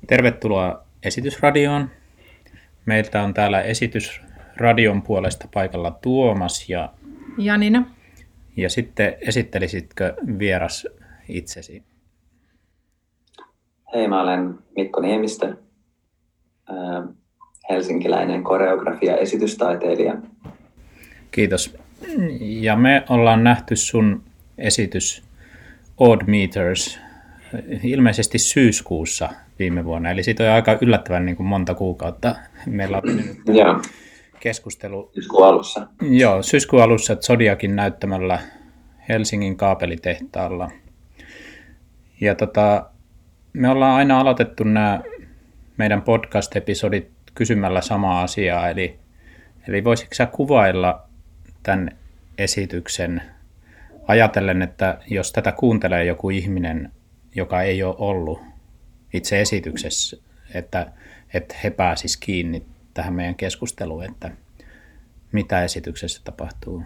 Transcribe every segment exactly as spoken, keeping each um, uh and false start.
Tervetuloa Esitysradioon. Meiltä on täällä Esitysradion puolesta paikalla Tuomas ja Janina. Ja sitten esittelisitkö vieras itsesi? Hei, mä olen Mikko Niemistö, helsinkiläinen koreografia- ja esitystaiteilija. Kiitos. Ja me ollaan nähty sun esitys Odd Meters ilmeisesti syyskuussa viime vuonna. Eli siitä on aika yllättävän niin kuin monta kuukautta. Meillä on nyt keskustelu. Syyskuun alussa. Joo, syyskuun alussa Zodiacin näyttämällä Helsingin kaapelitehtaalla. Ja tota, me ollaan aina aloitettu nämä meidän podcast-episodit kysymällä samaa asiaa. Eli, eli voisitko sä kuvailla tämän esityksen ajatellen, että jos tätä kuuntelee joku ihminen, joka ei ole ollut itse esityksessä, että, että he pääsisivät kiinni tähän meidän keskusteluun, että mitä esityksessä tapahtuu?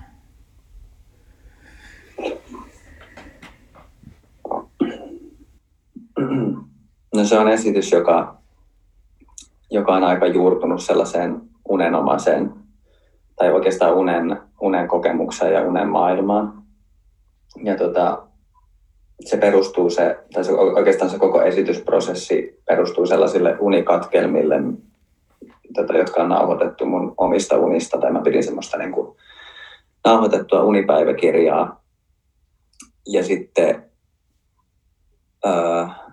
No se on esitys, joka, joka on aika juurtunut sellaiseen unenomaiseen, tai oikeastaan unen, unen kokemukseen ja unen maailmaan. Ja tota, se perustuu se, tai se, oikeastaan se koko esitysprosessi perustuu sellaisille unikatkelmille, tota, jotka on nauhoitettu mun omista unista, tai mä pidin semmoista niin kuin nauhoitettua unipäiväkirjaa. Ja sitten ää,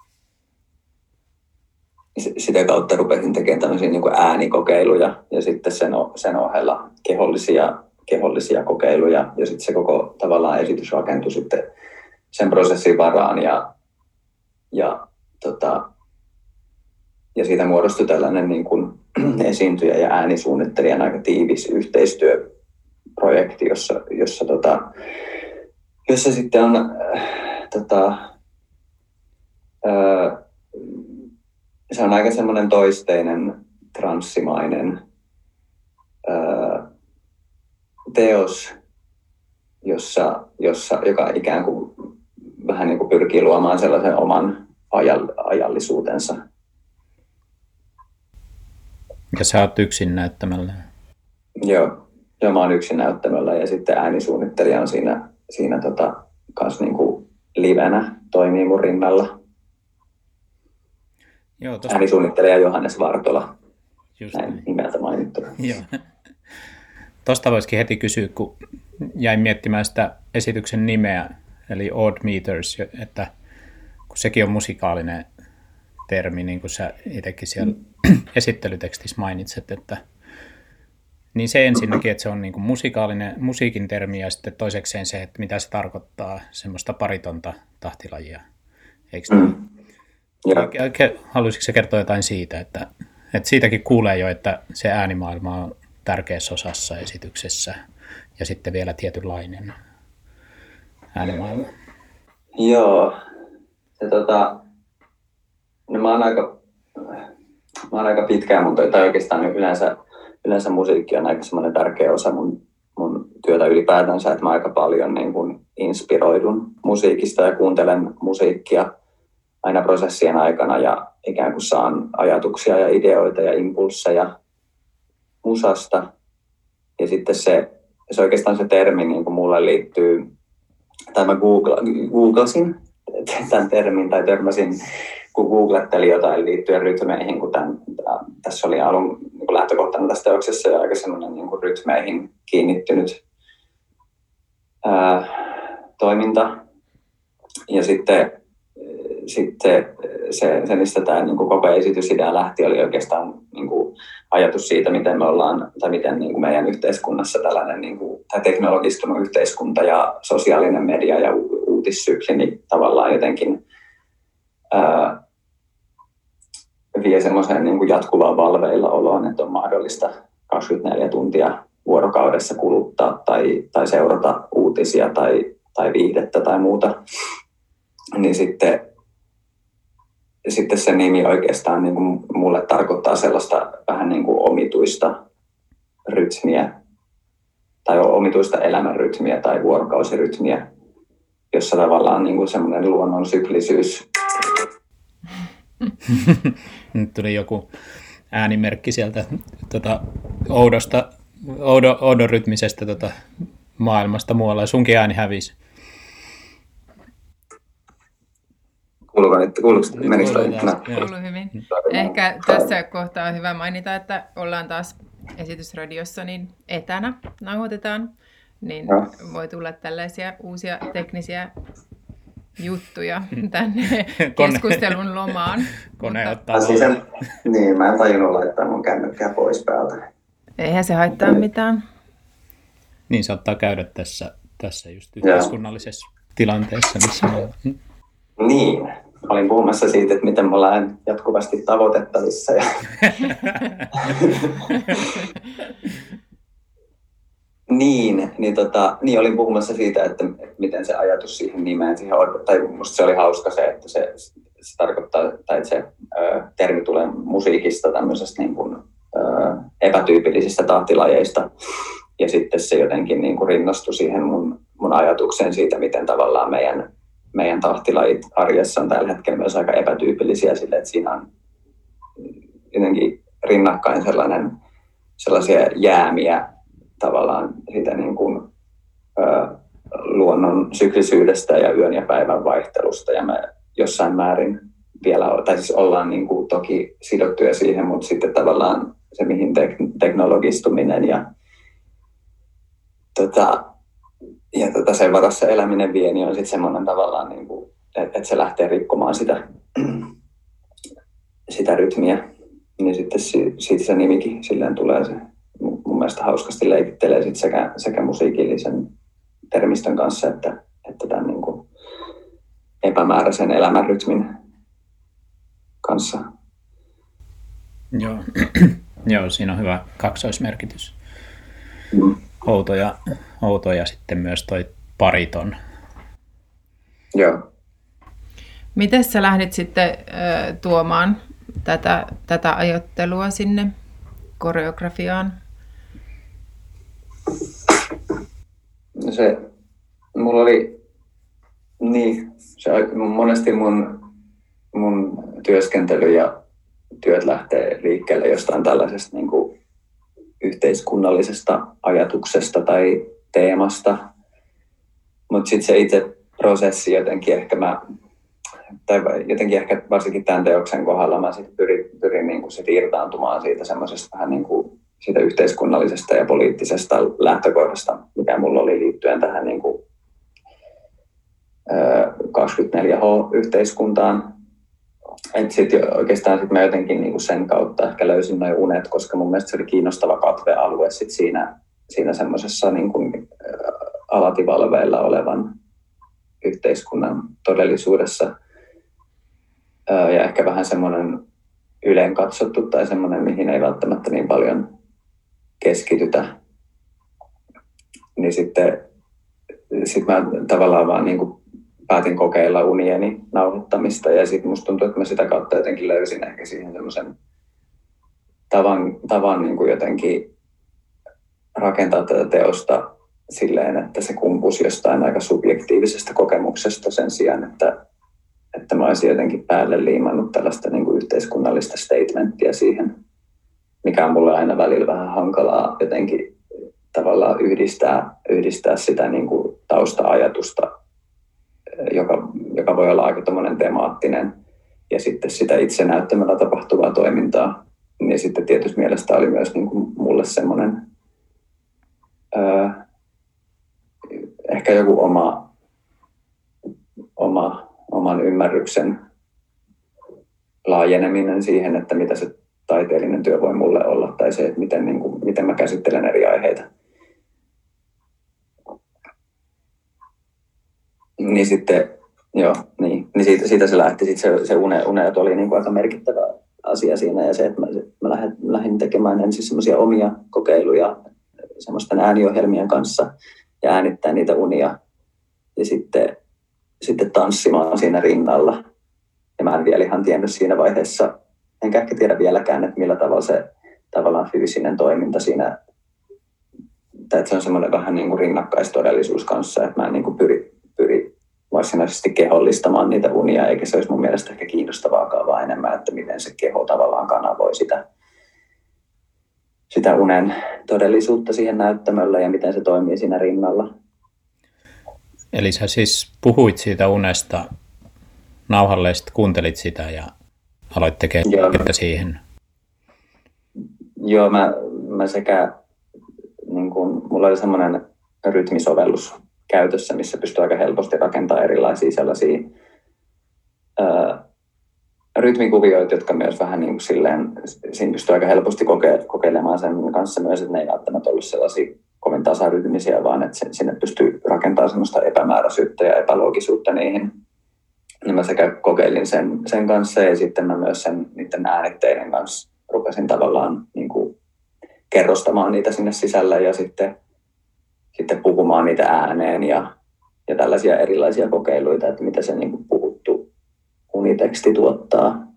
sitä kautta rupesin tekemään tämmöisiä niin kuin äänikokeiluja ja sitten sen, sen ohella kehollisia, kehollisia kokeiluja. Ja sitten se koko tavallaan esitys rakentui sitten sen prosessin varaan ja, ja, tota, ja siitä muodostui tällainen niin kuin esiintyjä ja äänisuunnittelijan aika tiivis yhteistyöprojekti, jossa, jossa, tota, jossa sitten on äh, tota, äh, se on aika semmoinen toisteinen, transsimainen äh, teos, jossa, jossa, joka ikään kuin vähän niin kuin pyrkii luomaan sellaisen oman ajallisuutensa. Ja sä oot yksin näyttämällä. Joo, joo, mä oon yksin näyttämällä ja sitten äänisuunnittelija on siinä, siinä tota, kans niin kuin livenä, toimii mun rinnalla. Joo, tosta... Äänisuunnittelija Johannes Vartola, Just näin niin. nimeltä mainittu. Joo. Tuosta voisikin heti kysyä, kun jäin miettimään sitä esityksen nimeä, eli Odd Meters, että kun sekin on musikaalinen termi, niin kuin sä itsekin siellä mm. esittelytekstissä mainitset, että niin se ensinnäkin, että se on niin kuin musikaalinen, musiikin termi, ja sitten toisekseen se, että mitä se tarkoittaa, semmoista paritonta tahtilajia, eikö niin? Mm. Haluaisitko sä kertoa jotain siitä, että, että siitäkin kuulee jo, että se äänimaailma on tärkeässä osassa esityksessä ja sitten vielä tietynlainen äänimaailma? Joo, se tota, no mä oon aika, mä oon aika pitkään mun, tai oikeastaan yleensä, yleensä musiikki on aika semmoinen tärkeä osa mun, mun työtä ylipäätänsä, että mä aika paljon niin kun inspiroidun musiikista ja kuuntelen musiikkia aina prosessien aikana ja ikään kuin saan ajatuksia ja ideoita ja impulsseja musasta. Ja sitten se, se oikeastaan se termi niin kuin mulle liittyy, tai mä googla, googlasin tämän termin tai törmäsin, kun googlettelin jotain liittyen rytmeihin, kun tämän, tässä oli alun niin kuin lähtökohtana tässä teoksessa ja aika semmoinen niin kuin rytmeihin kiinnittynyt ää, toiminta. Ja sitten Sitten se, se mistä tämä niin kuin koko esitysidea lähti, oli oikeastaan niin kuin ajatus siitä, miten me ollaan, tai miten niin kuin meidän yhteiskunnassa tällainen niin kuin, tämä teknologistunut yhteiskunta ja sosiaalinen media ja u- uutissykli niin tavallaan jotenkin ää, vie semmoiseen niin kuin jatkuvaan valveilla oloon, että on mahdollista kaksikymmentäneljä tuntia vuorokaudessa kuluttaa tai, tai seurata uutisia tai, tai viihdettä tai muuta. Niin sitten Sitten se nimi oikeastaan niin kuin mulle tarkoittaa sellaista vähän niin kuin omituista rytmiä tai omituista elämänrytmiä tai vuorokausirytmiä, jossa tavallaan niin kuin semmoinen luonnon syklisyys Nyt tuli joku äänimerkki sieltä tuota, oudosta, oudo, oudon rytmisestä tuota, maailmasta muualla. Sunkin ääni hävisi. Kuuluuko nyt? Kuuluuko menikö toi? Kuuluu hyvin. Ehkä tässä kohtaa on hyvä mainita, että ollaan taas esitysradiossa niin etänä nauhoitetaan, niin no. Voi tulla tällaisia uusia teknisiä juttuja tänne keskustelun lomaan. Kone mutta... ottaa siis en, niin, mä en tajunnut laittaa mun kännykkää pois päältä. Eihän se haittaa mitään. Niin saattaa käydä tässä, tässä just yhteiskunnallisessa ja. tilanteessa. Missä me... Niin, olin puhumassa siitä, että miten me ollaan jatkuvasti tavoitettavissa. Ja... Niin, niin, tota, niin olin puhumassa siitä, että, että miten se ajatus siihen nimeen, siihen, tai musta se oli hauska se, että se, se tarkoittaa, tai että se ö, termi tulee musiikista tämmöisestä niin kuin, ö, epätyypillisistä tahtilajeista, ja sitten se jotenkin niin kuin rinnostui siihen mun, mun ajatukseen siitä, miten tavallaan meidän, meidän tahtilajit arjessa on tällä hetkellä myös aika epätyypillisiä sille, että siinä on jotenkin rinnakkain sellainen, sellaisia jäämiä, tavallaan sitä niin kuin, ö, luonnon syklisyydestä ja yön ja päivän vaihtelusta. Ja me jossain määrin vielä, tai siis ollaan niin kuin toki sidottuja siihen, mutta sitten tavallaan se, mihin tek- teknologistuminen ja, tota, ja tota sen varassa eläminen vie, niin on sitten semmoinen tavallaan, niin kuin, että, että se lähtee rikkomaan sitä, sitä rytmiä. Niin sitten siitä se nimikin silleen tulee se. Mun mielestä hauskasti leikittelee sit sekä, sekä musiikillisen termistön kanssa että, että tämän niin kuin epämääräisen elämänrytmin kanssa. Joo, Joo siinä on hyvä kaksoismerkitys. Mm. Outo, ja, outo ja sitten myös toi pariton. Joo. Miten sä lähdit sitten äh, tuomaan tätä, tätä ajattelua sinne koreografiaan? Se, mulla oli, niin, se monesti mun, mun työskentely ja työt lähtee liikkeelle jostain tällaisesta niin kuin yhteiskunnallisesta ajatuksesta tai teemasta, mutta sitten se itse prosessi jotenkin ehkä mä, tai jotenkin ehkä varsinkin tämän teoksen kohdalla mä sit pyrin, pyrin niin kuin sit irtaantumaan siitä semmoisesta vähän niin kuin siitä yhteiskunnallisesta ja poliittisesta lähtökohdasta, mikä mulla oli liittyen tähän niin kuin kaksikymmentäneljä H-yhteiskuntaan. Et sit oikeastaan sit mä jotenkin niin kuin sen kautta ehkä löysin noin unet, koska mun mielestä se oli kiinnostava katvealue sit siinä, siinä semmoisessa niin kuin alativalveilla olevan yhteiskunnan todellisuudessa. Ja ehkä vähän semmoinen yleen katsottu tai semmoinen, mihin ei välttämättä niin paljon keskitytä. Niin sitten sit mä tavallaan vaan niin kuin päätin kokeilla unieni nauhoittamista ja sitten musta tuntuu, että mä sitä kautta jotenkin löysin ehkä siihen semmoisen tavan, tavan niin kuin jotenkin rakentaa tätä teosta silleen, että se kumpusi jostain aika subjektiivisesta kokemuksesta sen sijaan, että, että mä olisin jotenkin päälle liimannut tällaista niin kuin yhteiskunnallista statementtia siihen, mikä on mulle aina välillä vähän hankalaa jotenkin tavallaan yhdistää, yhdistää sitä niin kuin tausta-ajatusta, joka, joka voi olla aika tommoinen temaattinen, ja sitten sitä itse näyttämällä tapahtuvaa toimintaa. Ja sitten tietysti mielestä oli myös niin kuin mulle semmoinen öö, ehkä joku oma, oma, oman ymmärryksen laajeneminen siihen, että mitä se taiteellinen työ voi mulle olla, tai se, että miten, niin kuin, miten mä käsittelen eri aiheita. Niin sitten, joo, niin, niin siitä, siitä se lähti. Sitten se, se une, unet oli niin kuin aika merkittävä asia siinä, ja se, että mä, mä lähdin, lähdin tekemään ensin semmoisia omia kokeiluja semmoisten ääniohjelmien kanssa ja äänittää niitä unia ja sitten, sitten tanssimaan siinä rinnalla. Ja mä en vielä ihan tiennyt siinä vaiheessa, enkä ehkä tiedä vieläkään, että millä tavalla se tavallaan fyysinen toiminta siinä, tai että se on semmoinen vähän niin kuin rinnakkaistodellisuus kanssa, että mä en niin kuin pyri, pyri varsinaisesti kehollistamaan niitä unia, eikä se olisi mun mielestä ehkä kiinnostavaakaan, vaan enemmän, että miten se keho tavallaan kanavoi sitä, sitä unen todellisuutta siihen näyttämöllä ja miten se toimii siinä rinnalla. Eli sä siis puhuit siitä unesta nauhalle ja sitten kuuntelit sitä ja aloit tekemään siihen? Joo, mä, mä sekä, niin kun, mulla oli semmoinen rytmisovellus käytössä, missä pystyy aika helposti rakentamaan erilaisia sellaisia ää, rytmikuvioita, jotka myös vähän niin kuin silleen, siinä pystyy aika helposti koke, kokeilemaan sen kanssa myös, että ne ei välttämättä ollut sellaisia kovin tasarytmisiä, vaan että sinne pystyy rakentamaan semmoista epämääräisyyttä ja epäloogisuutta niihin. Ja mä sekä kokeilin sen, sen kanssa ja sitten mä myös sen niiden äänitteiden kanssa rupesin tavallaan niin kuin kerrostamaan niitä sinne sisällä ja sitten, sitten puhumaan niitä ääneen ja, ja tällaisia erilaisia kokeiluita, että mitä se niin kuin puhuttu uniteksti tuottaa.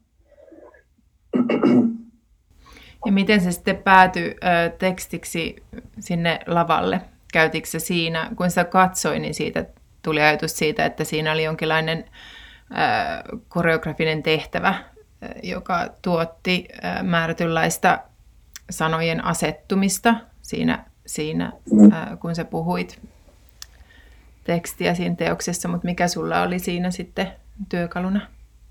Ja miten se sitten päätyi ö, tekstiksi sinne lavalle? Käytitkö se siinä, kun sitä katsoin, niin siitä tuli ajatus siitä, että siinä oli jonkinlainen ö, koreografinen tehtävä, joka tuotti ö, määrätynlaista sanojen asettumista siinä, siinä ö, kun sä puhuit tekstiä siinä teoksessa, mutta mikä sulla oli siinä sitten työkaluna?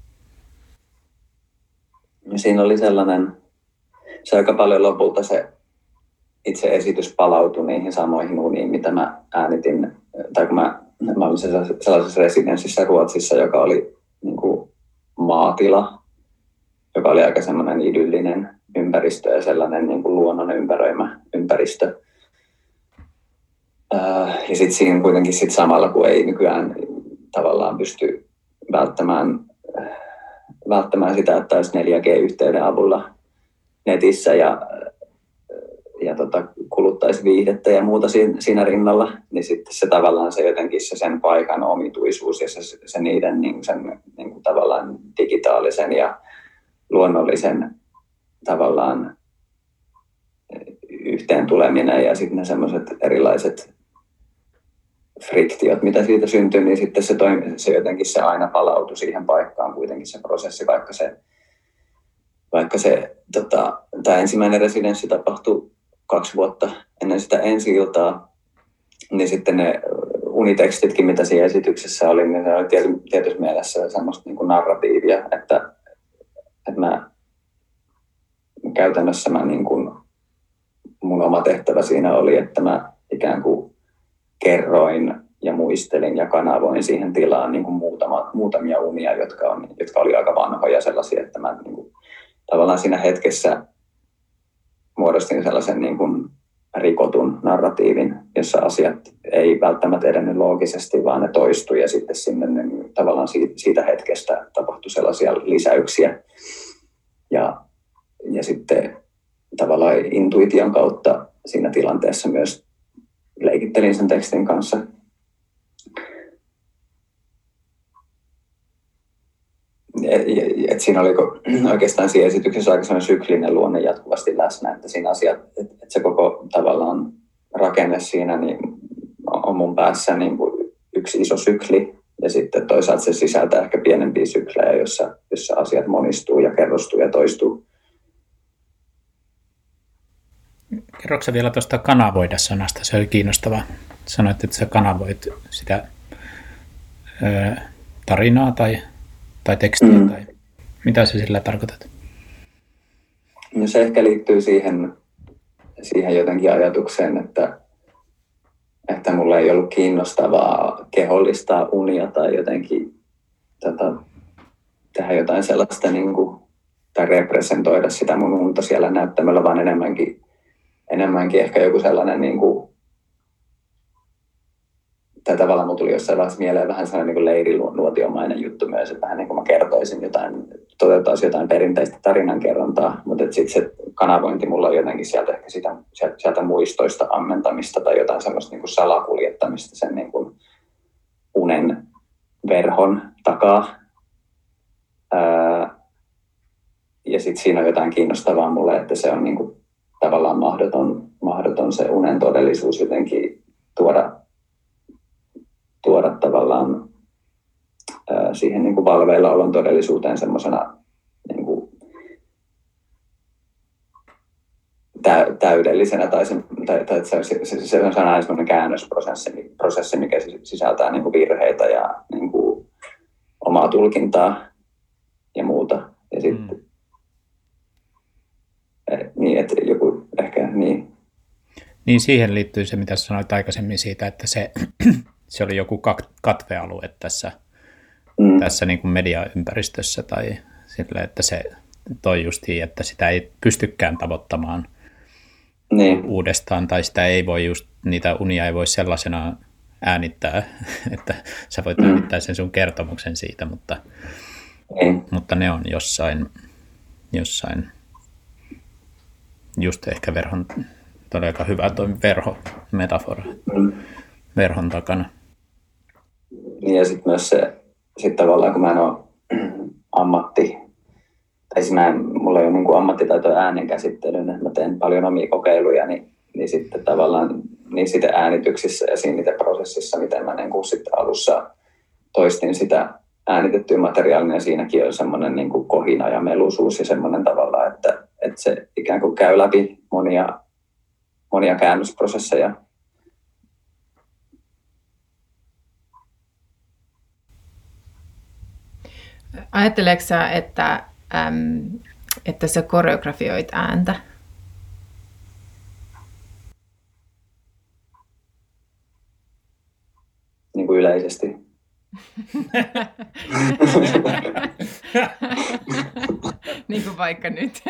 Siinä oli sellainen, se aika paljon lopulta se itse esitys palautui niihin samoihin uniin, mitä mä äänitin, tai kun mä, mä olin sellaisessa residenssissä Ruotsissa, joka oli niin kuin maatila, joka oli aika semmoinen idyllinen ympäristö ja sellainen niin kuin luonnon ympäröimä ympäristö. Ja sitten siinä kuitenkin sit samalla, kun ei nykyään tavallaan pysty välttämään, välttämään sitä, että olisi neljä G-yhteyden avulla netissä ja, ja tota, kuluttaisi viihdettä ja muuta siinä rinnalla, niin sitten se tavallaan se jotenkin se sen paikan omituisuus ja se, se niiden niin sen niin kuin tavallaan digitaalisen ja luonnollisen tavallaan yhteen tuleminen ja sitten ne semmoiset erilaiset friktiot, mitä siitä syntyy, niin sitten se, toimi, se jotenkin se aina palautui siihen paikkaan kuitenkin se prosessi, vaikka se, vaikka se tota, tämä ensimmäinen residenssi tapahtui kaksi vuotta ennen sitä ensi-iltaa, niin sitten ne unitekstitkin, mitä siinä esityksessä oli, niin se oli tiety, tietyssä mielessä semmoista niin kuin narratiivia, että, että mä käytännössä mä niin kuin, mun oma tehtävä siinä oli, että mä ikään kuin kerroin ja muistelin ja kanavoin siihen tilaan niin kuin muutama, muutamia unia, jotka, on, jotka oli aika vanhoja sellaisia, että mä niin kuin, tavallaan siinä hetkessä muodostin sellaisen niin kuin rikotun narratiivin, jossa asiat ei välttämättä edennyt loogisesti, vaan ne toistui ja sitten sinne niin tavallaan siitä, siitä hetkestä tapahtui sellaisia lisäyksiä. Ja, ja sitten tavallaan intuition kautta siinä tilanteessa myös leikittelin sen tekstin kanssa. Et siinä oli oikeastaan siinä esityksessä aika sellainen syklinen luonne jatkuvasti läsnä, että siinä asiat, että se koko tavallaan rakenne siinä niin on mun päässä niin kuin yksi iso sykli ja sitten toisaalta se sisältää ehkä pienempiä syklejä, jossa, jossa asiat monistuu ja kerrostuu ja toistuu. Kerroksä sä vielä tuosta kanavoida sanasta? Se oli kiinnostavaa. Sanoit, että sä kanavoit sitä ö, tarinaa tai, tai tekstiä, mm. tai mitä sä sillä tarkoitat? No se ehkä liittyy siihen, siihen jotenkin ajatukseen, että, että mulla ei ollut kiinnostavaa kehollistaa unia tai jotenkin tota, tehdä jotain sellaista niin kuin, tai representoida sitä mun unta siellä näyttämällä, vaan enemmänkin enemmänkin ehkä joku sellainen, niin kuin, tai tavallaan mun tuli jossain vaiheessa mieleen vähän sellainen niin kuin leiriluotiomainen juttu myös, että vähän niin kuin mä kertoisin jotain, toteuttaisin jotain perinteistä tarinankerrontaa, mutta sitten se kanavointi mulla on jotenkin sieltä ehkä sitä, sieltä, sieltä muistoista ammentamista tai jotain semmoista niin kuin salakuljettamista sen niin kuin unen verhon takaa. Ää, ja sitten siinä on jotain kiinnostavaa mulle, että se on niin kuin tavallaan mahdoton, mahdoton se unen todellisuus jotenkin tuoda, tuoda tavallaan ää, siihen niin kuin valveilla olon todellisuuteen semmoisena niin kuin täydellisenä, tai, se, tai, tai se, se, se, se on aina sellainen käännösprosessi, prosessi, mikä sisältää niin kuin virheitä ja niin kuin omaa tulkintaa ja muuta. Ja sitten, mm. niin, että joku ehkä niin. Niin siihen liittyy se, mitä sanoit aikaisemmin siitä, että se, se oli joku katvealue tässä, mm. tässä niin kuin mediaympäristössä, tai sille, että se toi justiin, että sitä ei pystykään tavoittamaan niin. uudestaan, tai sitä ei voi just, niitä unia ei voi sellaisena äänittää, että sä voit mm. äänittää sen sun kertomuksen siitä, mutta, mm. mutta ne on jossain, jossain just ehkä verhon, todella hyvä toi verho-metafora, mm. verhon takana. Niin ja sitten myös se, sit tavallaan kun mä en ole ammatti, tai siis mä en, mulla ei ole niin ammattitaitoa äänenkäsittelyyn, että mä teen paljon omia kokeiluja, niin, niin sitten tavallaan niin sitten äänityksissä ja siinä miten prosessissa, miten mä niin kuin sitten alussa toistin sitä äänitettyä materiaalia, ja siinäkin on semmoinen niin kuin kohina ja melusuus ja semmoinen tavalla, että, että se ikään kuin käy läpi monia, monia käännösprosesseja. Ajatteleeko sä, että, äm, että sä koreografioit ääntä? Niin kuin yleisesti. Niin kuin vaikka nyt.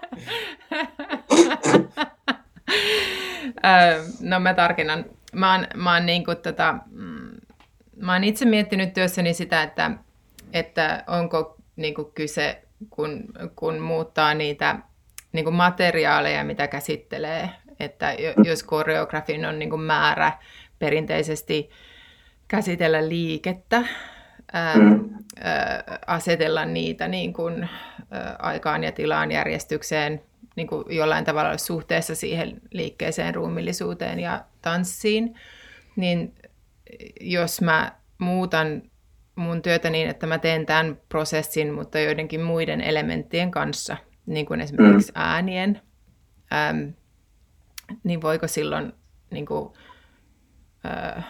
No mä tarkennan. Mä oon, mä oon, niin kuin, tota, mä oon itse miettinyt työssäni sitä, että että onko niin kuin kyse, kun, kun muuttaa niitä niin kuin materiaaleja, mitä käsittelee, että jos koreografin on niin kuin määrä perinteisesti käsitellä liikettä, ää, ää, asetella niitä niin kuin, ää, aikaan ja tilaan järjestykseen niin kuin jollain tavalla suhteessa siihen liikkeeseen, ruumillisuuteen ja tanssiin, niin jos mä muutan mun työtä niin, että mä teen tämän prosessin, mutta joidenkin muiden elementtien kanssa, niin kuin esimerkiksi äänien, äm, niin voiko silloin niin kuin, äh,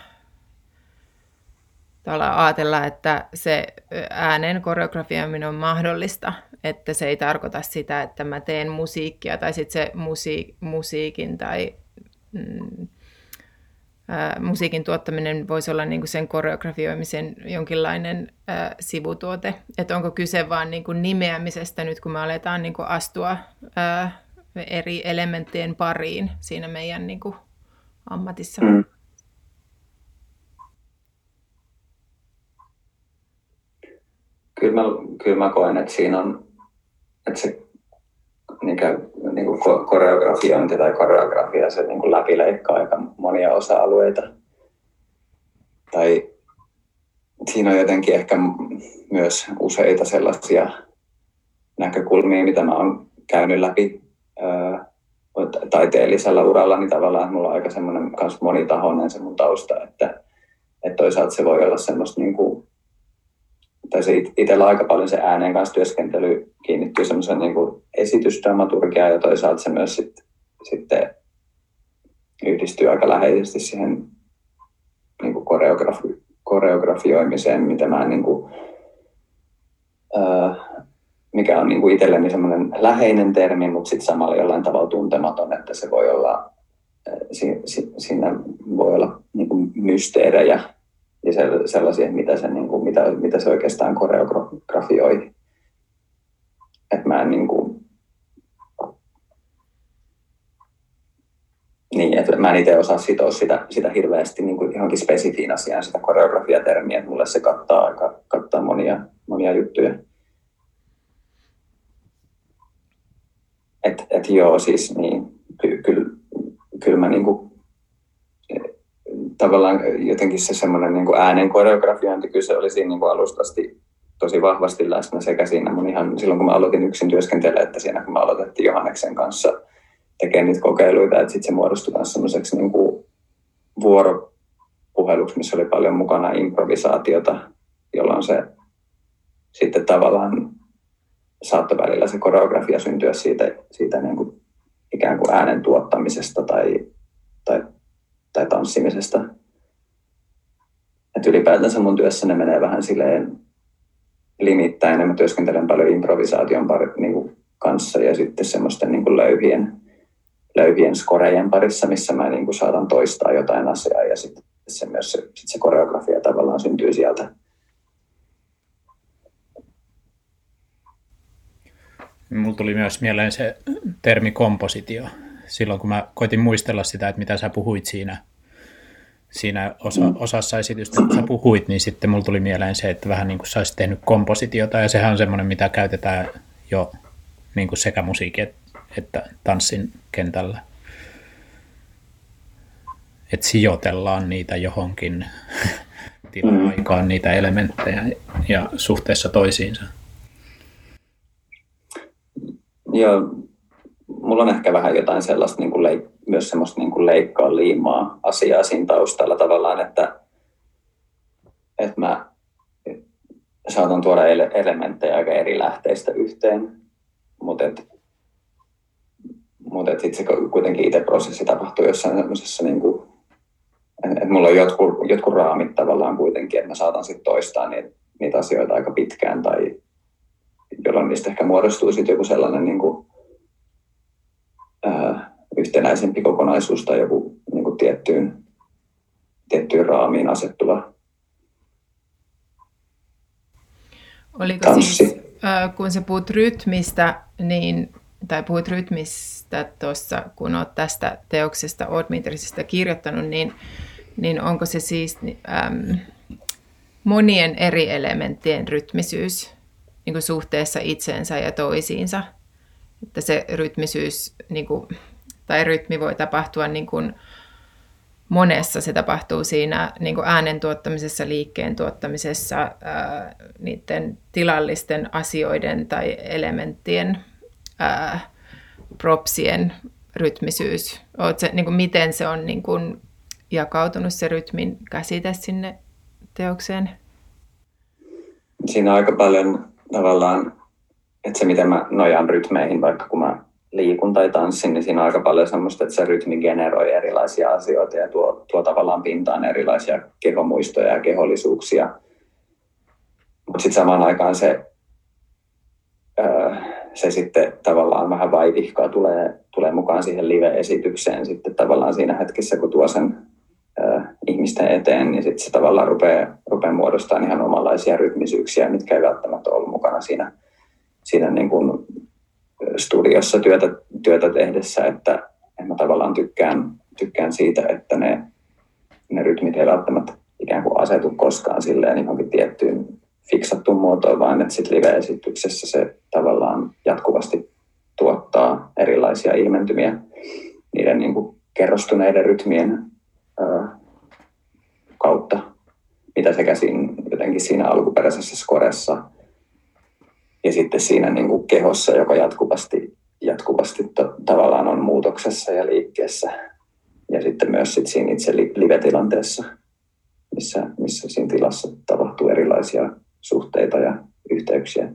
ajatella, että se äänen koreografiaminen on mahdollista, että se ei tarkoita sitä, että mä teen musiikkia, tai sitten se musiik- musiikin tai mm, ää, musiikin tuottaminen voisi olla niin kuin sen koreografioimisen jonkinlainen ää, sivutuote. Että onko kyse vaan niin kuin nimeämisestä nyt, kun me aletaan niin kuin astua ää, eri elementtien pariin siinä meidän niin kuin ammatissa. Mm. Kyllä mä, kyllä mä koen, että siinä on, että se niin kuin, niin kuin koreografiointi tai koreografia, se niin kuin läpileikkaa aika monia osa-alueita. Tai siinä on jotenkin ehkä myös useita sellaisia näkökulmia, mitä mä oon käynyt läpi ää, taiteellisella uralla, niin tavallaan mulla on aika semmoinen kans monitahoinen se mun tausta, että, että toisaalta se voi olla semmoista niin kuin, tai se itsellä aika paljon se ääneen kanssa työskentely kiinnittyy semmoisen niin kuin esitysdramaturgiaan ja toisaalta se myös sit, sitten yhdistyy aika läheisesti siihen niin kuin koreografi, koreografioimiseen, mitä mä niin kuin, äh, mikä on niin kuin itselleni semmoinen läheinen termi, mutta sitten samalla jollain tavalla tuntematon, että se voi olla, äh, si, si, siinä voi olla niin kuin mysteerejä ja sellaisia, mitä se, niin kuin, mitä, mitä se oikeastaan koreografioi. Että mä en niin kuin, niin, että mä en itse osaa sitoa sitä, sitä hirveästi niin kuin johonkin spesifiin asiaan, sitä koreografiatermiä, että mulle se kattaa, aika, kattaa monia, monia juttuja. Että et joo, siis niin, ky, kyllä, kyllä mä niin kuin, tavallaan jotenkin se semmoinen niin kuin äänen koreografiointi, kyllä se oli siinä niin kuin alusta asti tosi vahvasti läsnä sekä siinä mun ihan silloin, kun mä aloitin yksin työskentelemään, että siinä kun mä aloitettiin Johanneksen kanssa tekemään niitä kokeiluita, että sitten se muodostui myös semmoiseksi niin kuin vuoropuheluksi, missä oli paljon mukana improvisaatiota, jolloin se sitten tavallaan saattoi välillä se koreografia syntyä siitä, siitä niin kuin ikään kuin äänen tuottamisesta tai, tai, tai tanssimisesta. Et ylipäätänsä mun työssä ne menee vähän silleen limittäin, ja mä työskentelen paljon improvisaation pari, niin kuin kanssa ja sitten semmoisten niin kuin löyhien, löyhien skorejen parissa, missä mä niin kuin saatan toistaa jotain asiaa ja sitten se, myös se, sit se koreografia tavallaan syntyy sieltä. Mulla tuli myös mieleen se termi kompositio. Silloin kun mä koitin muistella sitä, että mitä sä puhuit siinä, siinä osa, osassa esitystä, kun sä puhuit, niin sitten mulla tuli mieleen se, että vähän niin kuin sä olisit tehnyt kompositiota, ja sehän on semmoinen, mitä käytetään jo niin kuin sekä musiikin että tanssin kentällä. Että sijoitellaan niitä johonkin tilan aikaan, niitä elementtejä ja suhteessa toisiinsa. Joo, mulla on ehkä vähän jotain sellaista niin kuin leik- myös semmoista niin kuin leikkaa liimaa asiaa siinä taustalla tavallaan, että, että mä saatan tuoda ele- elementtejä aika eri lähteistä yhteen, mutta et, mut et sitten se kuitenkin itse prosessi tapahtuu jossain semmoisessa, niin kuin, että mulla on jotkut, jotkut raamit tavallaan kuitenkin, että mä saatan sitten toistaa niitä, niitä asioita aika pitkään tai jolloin niistä ehkä muodostuu sitten joku sellainen niin kuin, ää, yhtenäisempi kokonaisuus tai joku niin kuin tiettyyn, tiettyyn raamiin asettuva Oliko tanssi. Siis, äh, kun sä puhut rytmistä, niin, tai puhut rytmistä tuossa, kun olet tästä teoksesta Odd Metersista kirjoittanut, niin, niin onko se siis äm, monien eri elementtien rytmisyys niin kuin suhteessa itseensä ja toisiinsa? Että se rytmisyys niin kuin, tai rytmi voi tapahtua niin kuin monessa. Se tapahtuu siinä niin kuin äänen tuottamisessa, liikkeen tuottamisessa, ää, niiden tilallisten asioiden tai elementtien, ää, propsien rytmisyys. Oot se, niin kuin, miten se on niin kuin, jakautunut se rytmin käsite sinne teokseen? Siinä on aika paljon tavallaan, että se miten mä nojaan rytmeihin, vaikka kun mä liikun tai tanssin, niin siinä on aika paljon semmoista, että se rytmi generoi erilaisia asioita ja tuo, tuo tavallaan pintaan erilaisia kehomuistoja ja kehollisuuksia. Mutta sitten samaan aikaan se, öö, se sitten tavallaan vähän vaivihkaa tulee, tulee mukaan siihen live-esitykseen sitten tavallaan siinä hetkessä, kun tuo sen öö, ihmisten eteen, niin sitten se tavallaan rupeaa, rupeaa muodostamaan ihan omanlaisia rytmisyyksiä, mitkä ei välttämättä ollut mukana siinä, siinä niin kuin studiossa työtä, työtä tehdessä, että, että mä tavallaan tykkään, tykkään siitä, että ne, ne rytmit ei välttämättä ikään kuin asetu koskaan silleen johonkin tiettyyn fiksattuun muotoon, vaan että sitten live-esityksessä se tavallaan jatkuvasti tuottaa erilaisia ilmentymiä niiden niin kuin kerrostuneiden rytmien ää, kautta, mitä sekä siinä, jotenkin siinä alkuperäisessä skoressa ja sitten siinä niin kuin kehossa, joka jatkuvasti, jatkuvasti to, tavallaan on muutoksessa ja liikkeessä. Ja sitten myös sit siinä itse live-tilanteessa, missä, missä siinä tilassa tapahtuu erilaisia suhteita ja yhteyksiä.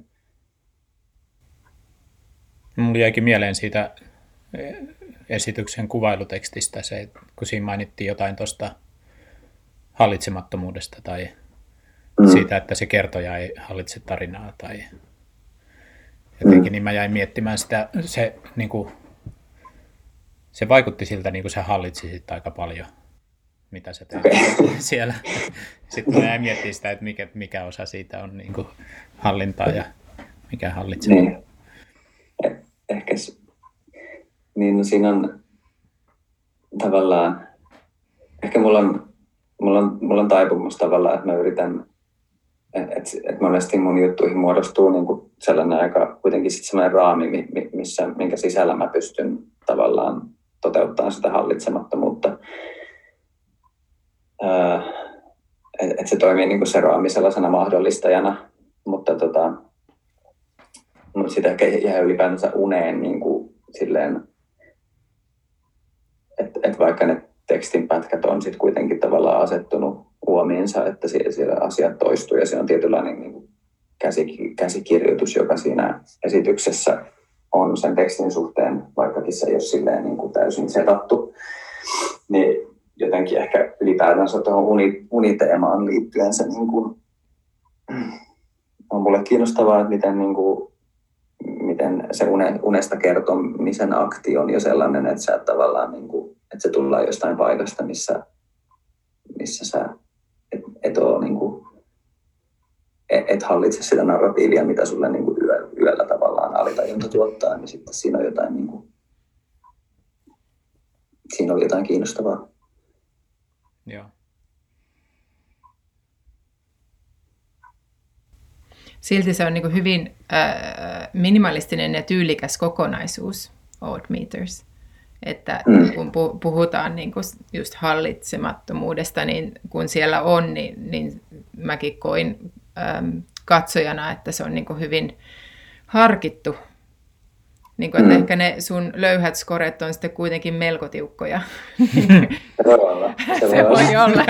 Mulla jäikin mieleen siitä esityksen kuvailutekstistä se, kun siinä mainittiin jotain tuosta hallitsemattomuudesta tai mm. siitä, että se kertoja ei hallitse tarinaa tai jotenkin, niin mä jäin miettimään sitä, se, niin kuin, se vaikutti siltä, niin kuin sä hallitsisit aika paljon, mitä sä teet okay. siellä. Sitten mä jäin miettimään sitä, että mikä, mikä osa siitä on niin kuin hallintaa ja mikä hallitsee. Niin. Eh- ehkä niin, no siinä on tavallaan, ehkä mulla on, mulla on, mulla on taipumus tavallaan, että mä yritän Että et monesti mun juttuihin muodostuu niinku sellainen aika kuitenkin sit sellainen raami, missä, minkä sisällä mä pystyn tavallaan toteuttamaan sitä hallitsemattomuutta. Öö, Että et se toimii niinku se raami sellaisena mahdollistajana, mutta tota, mut sitten ehkä jää ylipäätänsä uneen niinku silleen, että et vaikka ne tekstinpätkät on sitten kuitenkin tavallaan asettunut huomiinsa, että siellä, siellä asiat toistuu ja se on tietynlainen niin kuin käsikirjoitus, joka siinä esityksessä on sen tekstin suhteen, vaikkakin se ei ole silleen niin kuin täysin setattu, niin jotenkin ehkä ylipäätänsä tuohon uni, uniteemaan liittyen se niin kuin, on mulle kiinnostavaa, että miten, niin kuin, miten se une, unesta kertomisen akti on jo sellainen, että, sä tavallaan, niin kuin, että se tullaan jostain paikasta, missä, missä sä et, et, ole, niin kuin, et, et hallitse sitä narratiivia, mitä sulle niin kuin yö, yöllä tavallaan alitajunta tuottaa, niin sitten siinä on jotain, niin kuin, siinä oli jotain kiinnostavaa. Joo. Silti se on niin kuin hyvin äh, minimalistinen ja tyylikäs kokonaisuus, Odd Meters. Että mm. kun puhutaan niin kuin just hallitsemattomuudesta, niin kun siellä on, niin, niin mäkin koin ähm, katsojana, että se on niin kuin hyvin harkittu. Niin kuin, että mm. ehkä ne sun löyhät skoret on sitten kuitenkin melko tiukkoja. Se voi olla. Se, se voi olla. olla.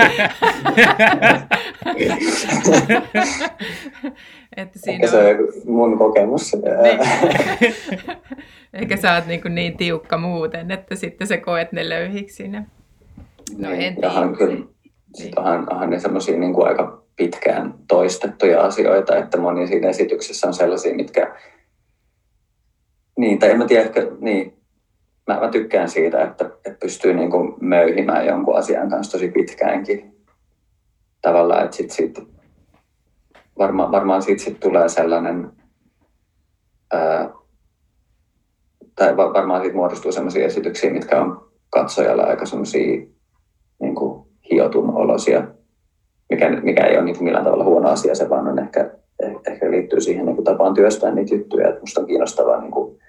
Että siinä se on mun kokemus. Niin. Eikä sä oot niin, niin tiukka muuten, että sitten sä koet ne löyhiksi sinne. No en tiedä. Sitten onhan, onhan ne semmoisia niin kuin aika pitkään toistettuja asioita, että moni siinä esityksessä on sellaisia, mitkä... Niin, tai en mä tiedä, ehkä... Niin. Mä, mä tykkään siitä, että, että pystyy niin kuin möyhimään jonkun asian kanssa tosi pitkäänkin. Tavallaan, että sit, sit, varma, varmaan siitä sit tulee sellainen... Ää, tai varmaan siitä muodostuu sellaisia esityksiä, mitkä on katsojalle aika sellaisia niin kuin hiotun olosia, mikä, mikä ei ole niin millään tavalla huono asia, se vaan on ehkä, ehkä liittyy siihen niin kuin tapaan työstää niitä juttuja, että musta on kiinnostavaa niin kuin,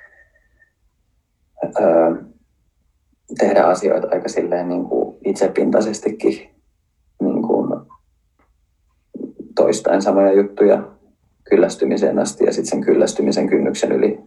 öö, tehdä asioita aika silleen niin kuin itsepintaisestikin niin kuin toistaen samoja juttuja kyllästymiseen asti ja sitten sen kyllästymisen kynnyksen yli.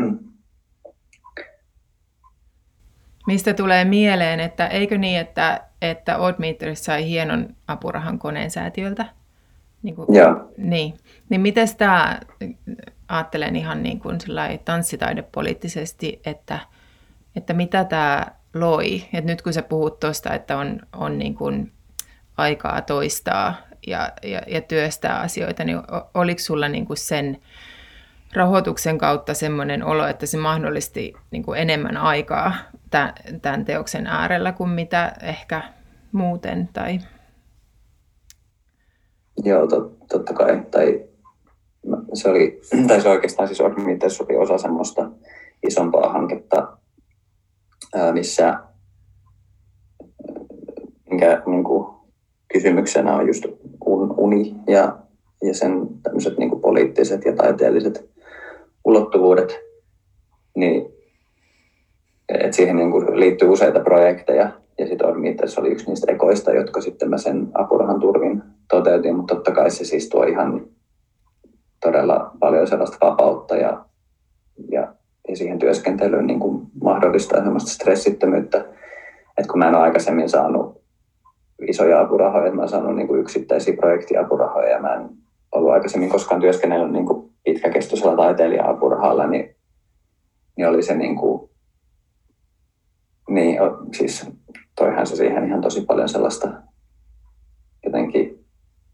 Mistä tulee mieleen, että eikö niin, että, että Odd Meters sai hienon apurahan Koneen säätiöltä? Niin, kuin, niin. niin miten tämä, ajattelen ihan niin kuin tanssitaidepoliittisesti, että, että mitä tämä loi? Et nyt kun sä puhut tuosta, että on, on niin kuin aikaa toistaa ja, ja, ja työstää asioita, niin oliko sulla niin kuin sen rahoituksen kautta semmoinen olo, että se mahdollisti niin kuin enemmän aikaa tämän teoksen äärellä kuin mitä ehkä muuten? Tai... Joo, tot, totta kai. Tai, se, oli, tai se oikeastaan siis Odd Meters oli osa semmoista isompaa hanketta, missä minkä niin kuin, kysymyksenä on just uni ja, ja sen tämmöiset niin kuin poliittiset ja taiteelliset ulottuvuudet, niin et siihen niin kuin liittyy useita projekteja, ja sitten Odd Meters oli yksi niistä ekoista, jotka sitten mä sen apurahan turvin toteutin, mutta totta kai se siis tuo ihan todella paljon sellaista vapautta ja, ja, ja siihen työskentelyyn niin kuin mahdollistaa sellaista stressittömyyttä, että kun mä en ole aikaisemmin saanut isoja apurahoja, että mä oon saanut niin kuin yksittäisiä projektiapurahoja, ja mä en ollut aikaisemmin koskaan työskennellyt niin kuin pitkäkestoisella taiteilija-apurahalla, niin, niin oli se niin kuin, niin siis toihan se siihen ihan tosi paljon sellaista jotenkin,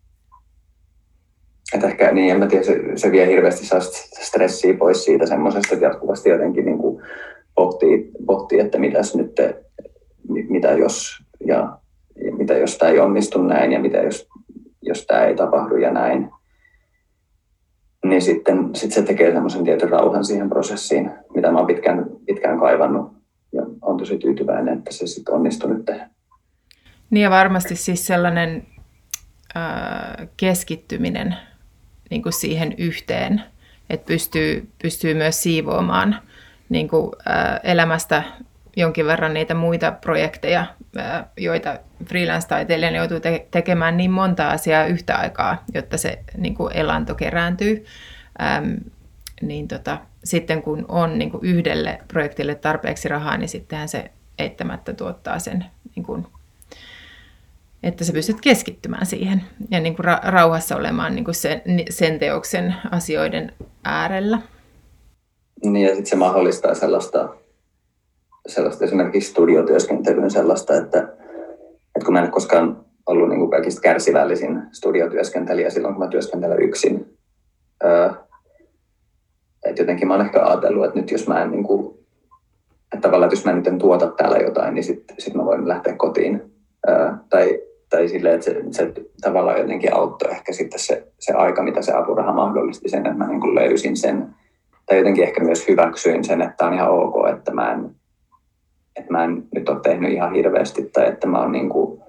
että ehkä niin, en mä tiedä, se, se vie hirveästi stressiä pois siitä semmoisesta, että jatkuvasti jotenkin niin kuin pohtii, pohtii, että mitäs nyt, te, mitä jos, ja, ja mitä jos tämä ei onnistu näin, ja mitä jos, jos tämä ei tapahdu ja näin. Niin sitten sit se tekee semmoisen tietyn rauhan siihen prosessiin, mitä mä oon pitkään, pitkään kaivannut. Ja on tosi tyytyväinen, että se sitten onnistui nyt tehdä. Niin ja varmasti siis sellainen äh, keskittyminen niin kuin siihen yhteen, että pystyy, pystyy myös siivoamaan niin kuin, äh, elämästä jonkin verran niitä muita projekteja, äh, joita freelance-taiteilijana joutuu te- tekemään niin monta asiaa yhtä aikaa, jotta se niin kuin elanto kerääntyy. Ähm, niin tota, sitten kun on niin kuin yhdelle projektille tarpeeksi rahaa, niin sittenhän se eittämättä tuottaa sen, niin kuin, että sä pystyt keskittymään siihen ja niin kuin ra- rauhassa olemaan niin kuin sen, sen teoksen asioiden äärellä. Niin ja sitten se mahdollistaa sellaista, sellaista esimerkiksi studiotyöskentelyyn sellaista, että, että kun mä en ole koskaan ollut niin kuin kaikista kärsivällisin studiotyöskentelijä silloin, kun mä työskentelen yksin. Öö, että jotenkin mä oon ehkä ajatellut, että nyt jos mä en, niin kuin, että tavallaan, että jos mä nyt en tuota täällä jotain, niin sitten sit mä voin lähteä kotiin. Öö, tai, tai silleen, että se, se tavallaan jotenkin auttoi ehkä sitten se, se aika, mitä se apuraha mahdollisti sen, että mä niin kuin löysin sen. Tai jotenkin ehkä myös hyväksyin sen, että on ihan ok, että mä en, että mä en nyt ole tehnyt ihan hirveästi. Tai että mä oon, niin kuin,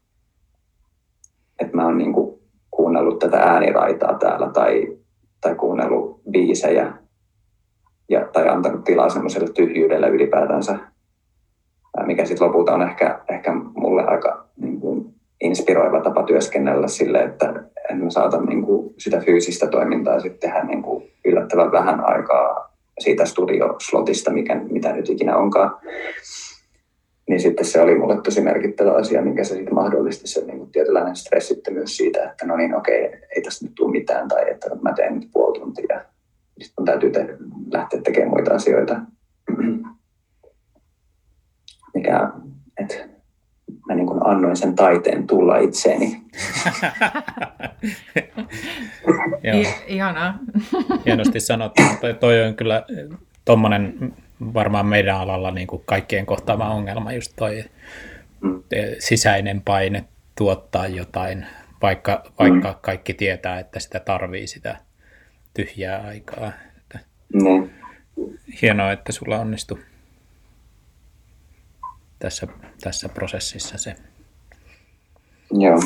että mä oon niin kuin kuunnellut tätä ääniraitaa täällä tai, tai kuunnellut biisejä. Ja, tai antanut tilaa semmoiselle tyhjyydelle ylipäätänsä, mikä sitten lopulta on ehkä, ehkä mulle aika niin kuin inspiroiva tapa työskennellä sille, että en mä saata niin kuin sitä fyysistä toimintaa sitten tehdä niin kuin yllättävän vähän aikaa siitä studioslotista, mikä, mitä nyt ikinä onkaan. Niin sitten se oli mulle tosi merkittävä asia, minkä se sitten mahdollisti se niin kuin tietynlainen stressittömyys siitä, että no niin okei, ei tässä nyt tule mitään tai että mä teen nyt puoli tuntia. Sitten täytyy te- lähteä tekemään muita asioita. Mikä, että mä niin kuin annoin sen taiteen tulla itseeni. I- ihanaa. Hienosti sanottu, mutta toi on kyllä tommonen varmaan meidän alalla niin kuin kaikkien kohtaama ongelma, just toi mm. sisäinen paine tuottaa jotain, vaikka, vaikka mm. kaikki tietää, että sitä tarvii sitä tyhjää aikaa. Mm. Hienoa, että sulla onnistui tässä, tässä prosessissa se. Joo.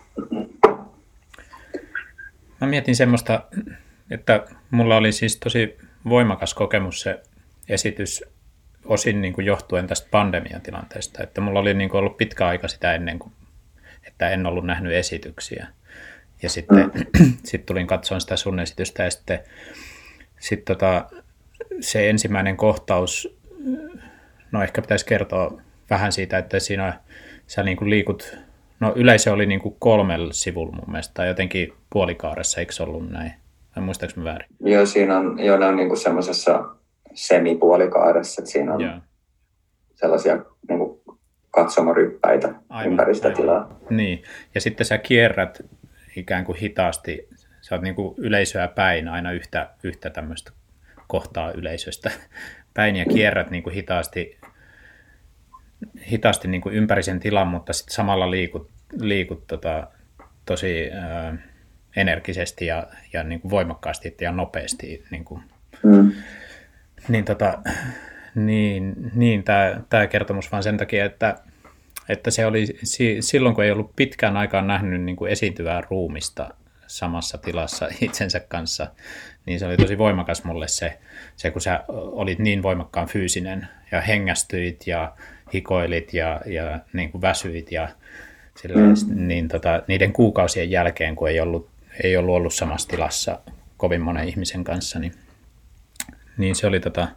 Mä mietin semmoista, että mulla oli siis tosi voimakas kokemus se esitys osin niin kuin johtuen tästä pandemiatilanteesta, että mulla oli niin kuin ollut pitkä aika sitä ennen kuin, että en ollut nähnyt esityksiä. Ja sitten mm. sit tulin katsomaan sitä sun esitystä ja sitten sit tota, se ensimmäinen kohtaus, no ehkä pitäisi kertoa vähän siitä, että siinä sä niin kuin liikut, no yleisö oli niin kuin kolmella sivulla mun mielestä, tai jotenkin puolikaaressa, eikö se ollut näin? Vai muistaaks mä väärin? Joo, siinä on, joo, ne on niin kuin semmoisessa semipuolikaaressa, että siinä on joo. sellaisia niin kuin katsomoryppäitä ympäri sitä tilaa. Niin, ja sitten sä kierrät ikään kuin hitaasti, sä oot niin kuin yleisöä päin aina yhtä, yhtä tämmöistä kohtaa yleisöstä päin ja kierrät niin kuin hitaasti, hitaasti niin kuin ympäri sen tilan, mutta sitten samalla liikut, liikut tota, tosi ää, energisesti ja, ja niin kuin voimakkaasti ja nopeasti. Niin, kuin, mm. niin, tota, niin, niin tämä, tämä kertomus vaan sen takia, että, että se oli silloin, kun ei ollut pitkään aikaan nähnyt niin kuin esiintyvää ruumista samassa tilassa itsensä kanssa, niin se oli tosi voimakas mulle se, se kun sä olit niin voimakkaan fyysinen ja hengästyit ja hikoilit ja, ja niin kuin väsyit ja silleen, mm. niin tota, niiden kuukausien jälkeen, kun ei ollut, ei ollut ollut samassa tilassa kovin monen ihmisen kanssa, niin, niin se oli tota,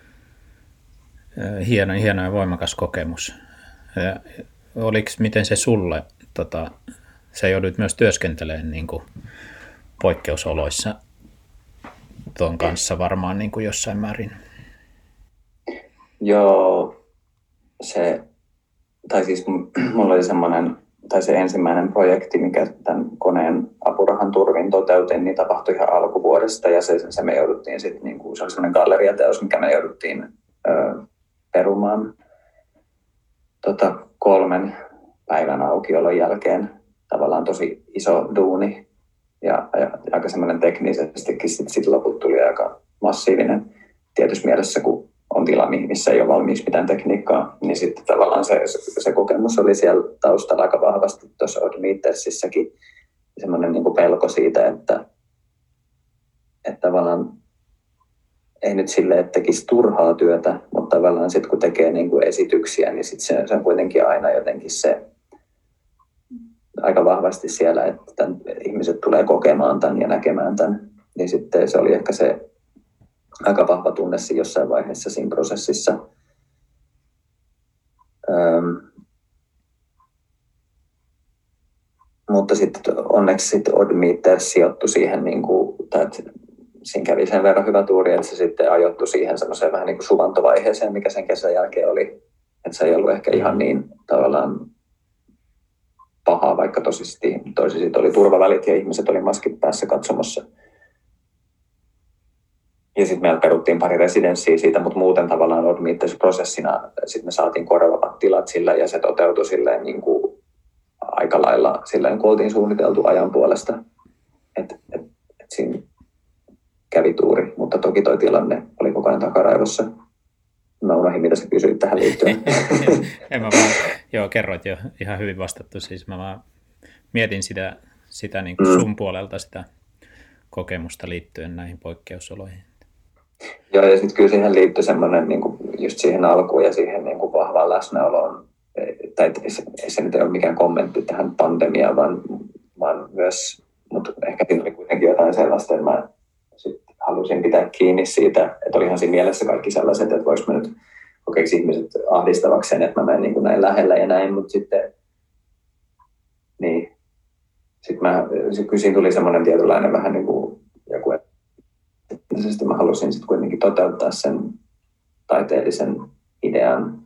hieno, hieno ja voimakas kokemus. Ja oliko, miten se sulle, tota, sä joudut myös työskentelemään niin kuin poikkeusoloissa tuon kanssa varmaan niin kuin jossain määrin? Joo, se, tai siis mulla oli semmoinen, tai se ensimmäinen projekti, mikä tämän koneen apurahan turvin toteutin, niin tapahtui ihan alkuvuodesta, ja se, se me jouduttiin sitten, niin kuin, se oli semmoinen galleriateos, mikä me jouduttiin ö, perumaan tota, kolmen päivän aukiolon jälkeen. Tavallaan tosi iso duuni, ja, ja aika semmoinen teknisestikin sitten sit loput tuli aika massiivinen tietyssä mielessä, kun on tila, missä ei ole valmiiksi mitään tekniikkaa, niin sitten tavallaan se, se, se kokemus oli siellä taustalla aika vahvasti tuossa Odd Metersissäkin, semmoinen niin kuin pelko siitä, että, että tavallaan ei nyt silleen, että tekisi turhaa työtä, mutta tavallaan sitten kun tekee niin kuin esityksiä, niin sitten se, se on kuitenkin aina jotenkin se aika vahvasti siellä, että tämän, ihmiset tulee kokemaan tämän ja näkemään tämän, niin sitten se oli ehkä se aika vahva tunne jossain vaiheessa siinä prosessissa. Öm, mutta sitten onneksi sitten Odd Meters sijoittui siihen, niin kuin, tai siinä kävi sen verran hyvä tuuri, että se sitten ajoittui siihen semmoiseen vähän niin kuin suvantovaiheeseen, mikä sen kesän jälkeen oli. Että se ei ollut ehkä ihan niin tavallaan pahaa, vaikka tosisesti, toisisesti oli turvavälit ja ihmiset oli maskit päässä katsomassa. Ja sitten meillä peruttiin pari residenssiä siitä, mutta muuten tavallaan Odd Meters-prosessina sitten me saatiin korvaavat tilat sillä ja se toteutui silleen niin kuin aika lailla silleen, kun oltiin suunniteltu ajan puolesta. Että et, et siinä kävi tuuri, mutta toki toi tilanne oli koko ajan takaraivossa. Mä unohdin, mitä sä kysyit tähän liittyen. en mä vaan, joo, kerroit jo ihan hyvin vastattu. Siis mä vaan mietin sitä, sitä niin kuin sun puolelta sitä kokemusta liittyen näihin poikkeusoloihin. Joo, ja sitten kyllä siihen liittyy semmoinen niin kuin just siihen alkuun ja siihen niin kuin vahvaan läsnäoloon. Tai se, se nyt ei ole mikään kommentti tähän pandemiaan, vaan, vaan myös, mutta ehkä siinä oli kuitenkin jotain sellaista, että mä sit halusin pitää kiinni siitä, että olihan siinä mielessä kaikki sellaiset, että voiko mä nyt kokeeksi ihmiset ahdistavaksi sen, että mä menen niin kuin näin lähellä ja näin, mutta sitten niin, sitten mä, sit kyllä siinä tuli semmoinen tietynlainen vähän niin kuin joku, että sitten mä halusin sitten kuitenkin toteuttaa sen taiteellisen idean.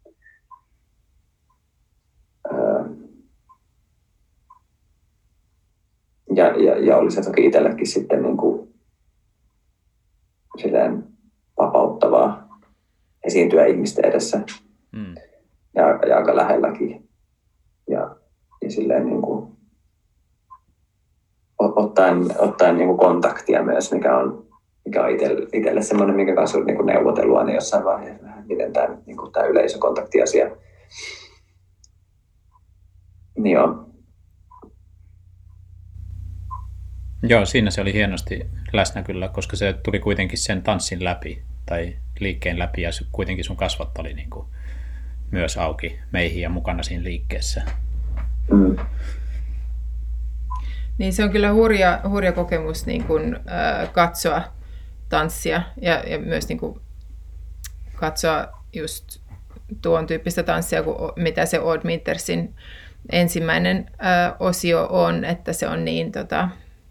Ja, ja, ja oli se toki itsellekin sitten niin kuin silleen vapauttavaa esiintyä ihmisten edessä mm. ja, ja aika lähelläkin. Ja, ja silleen niin kuin ottaen, ottaen niin kuin kontaktia myös, mikä on, mikä on itselle, itselle semmoinen, minkä kanssa on niin kuin neuvotelua niin jossain vaiheessa, miten tämä, niin kuin tämä yleisökontaktiasia. Niin joo. Joo, siinä se oli hienosti läsnä kyllä, koska se tuli kuitenkin sen tanssin läpi tai liikkeen läpi ja kuitenkin sun kasvot oli niin kuin myös auki meihin ja mukana siinä liikkeessä. Mm. Niin se on kyllä hurja, hurja kokemus niin kuin, äh, katsoa tanssia ja, ja myös niin kuin, katsoa just tuon tyyppistä tanssia, kuin mitä se Odd Metersin ensimmäinen äh, osio on, että se on niin tota,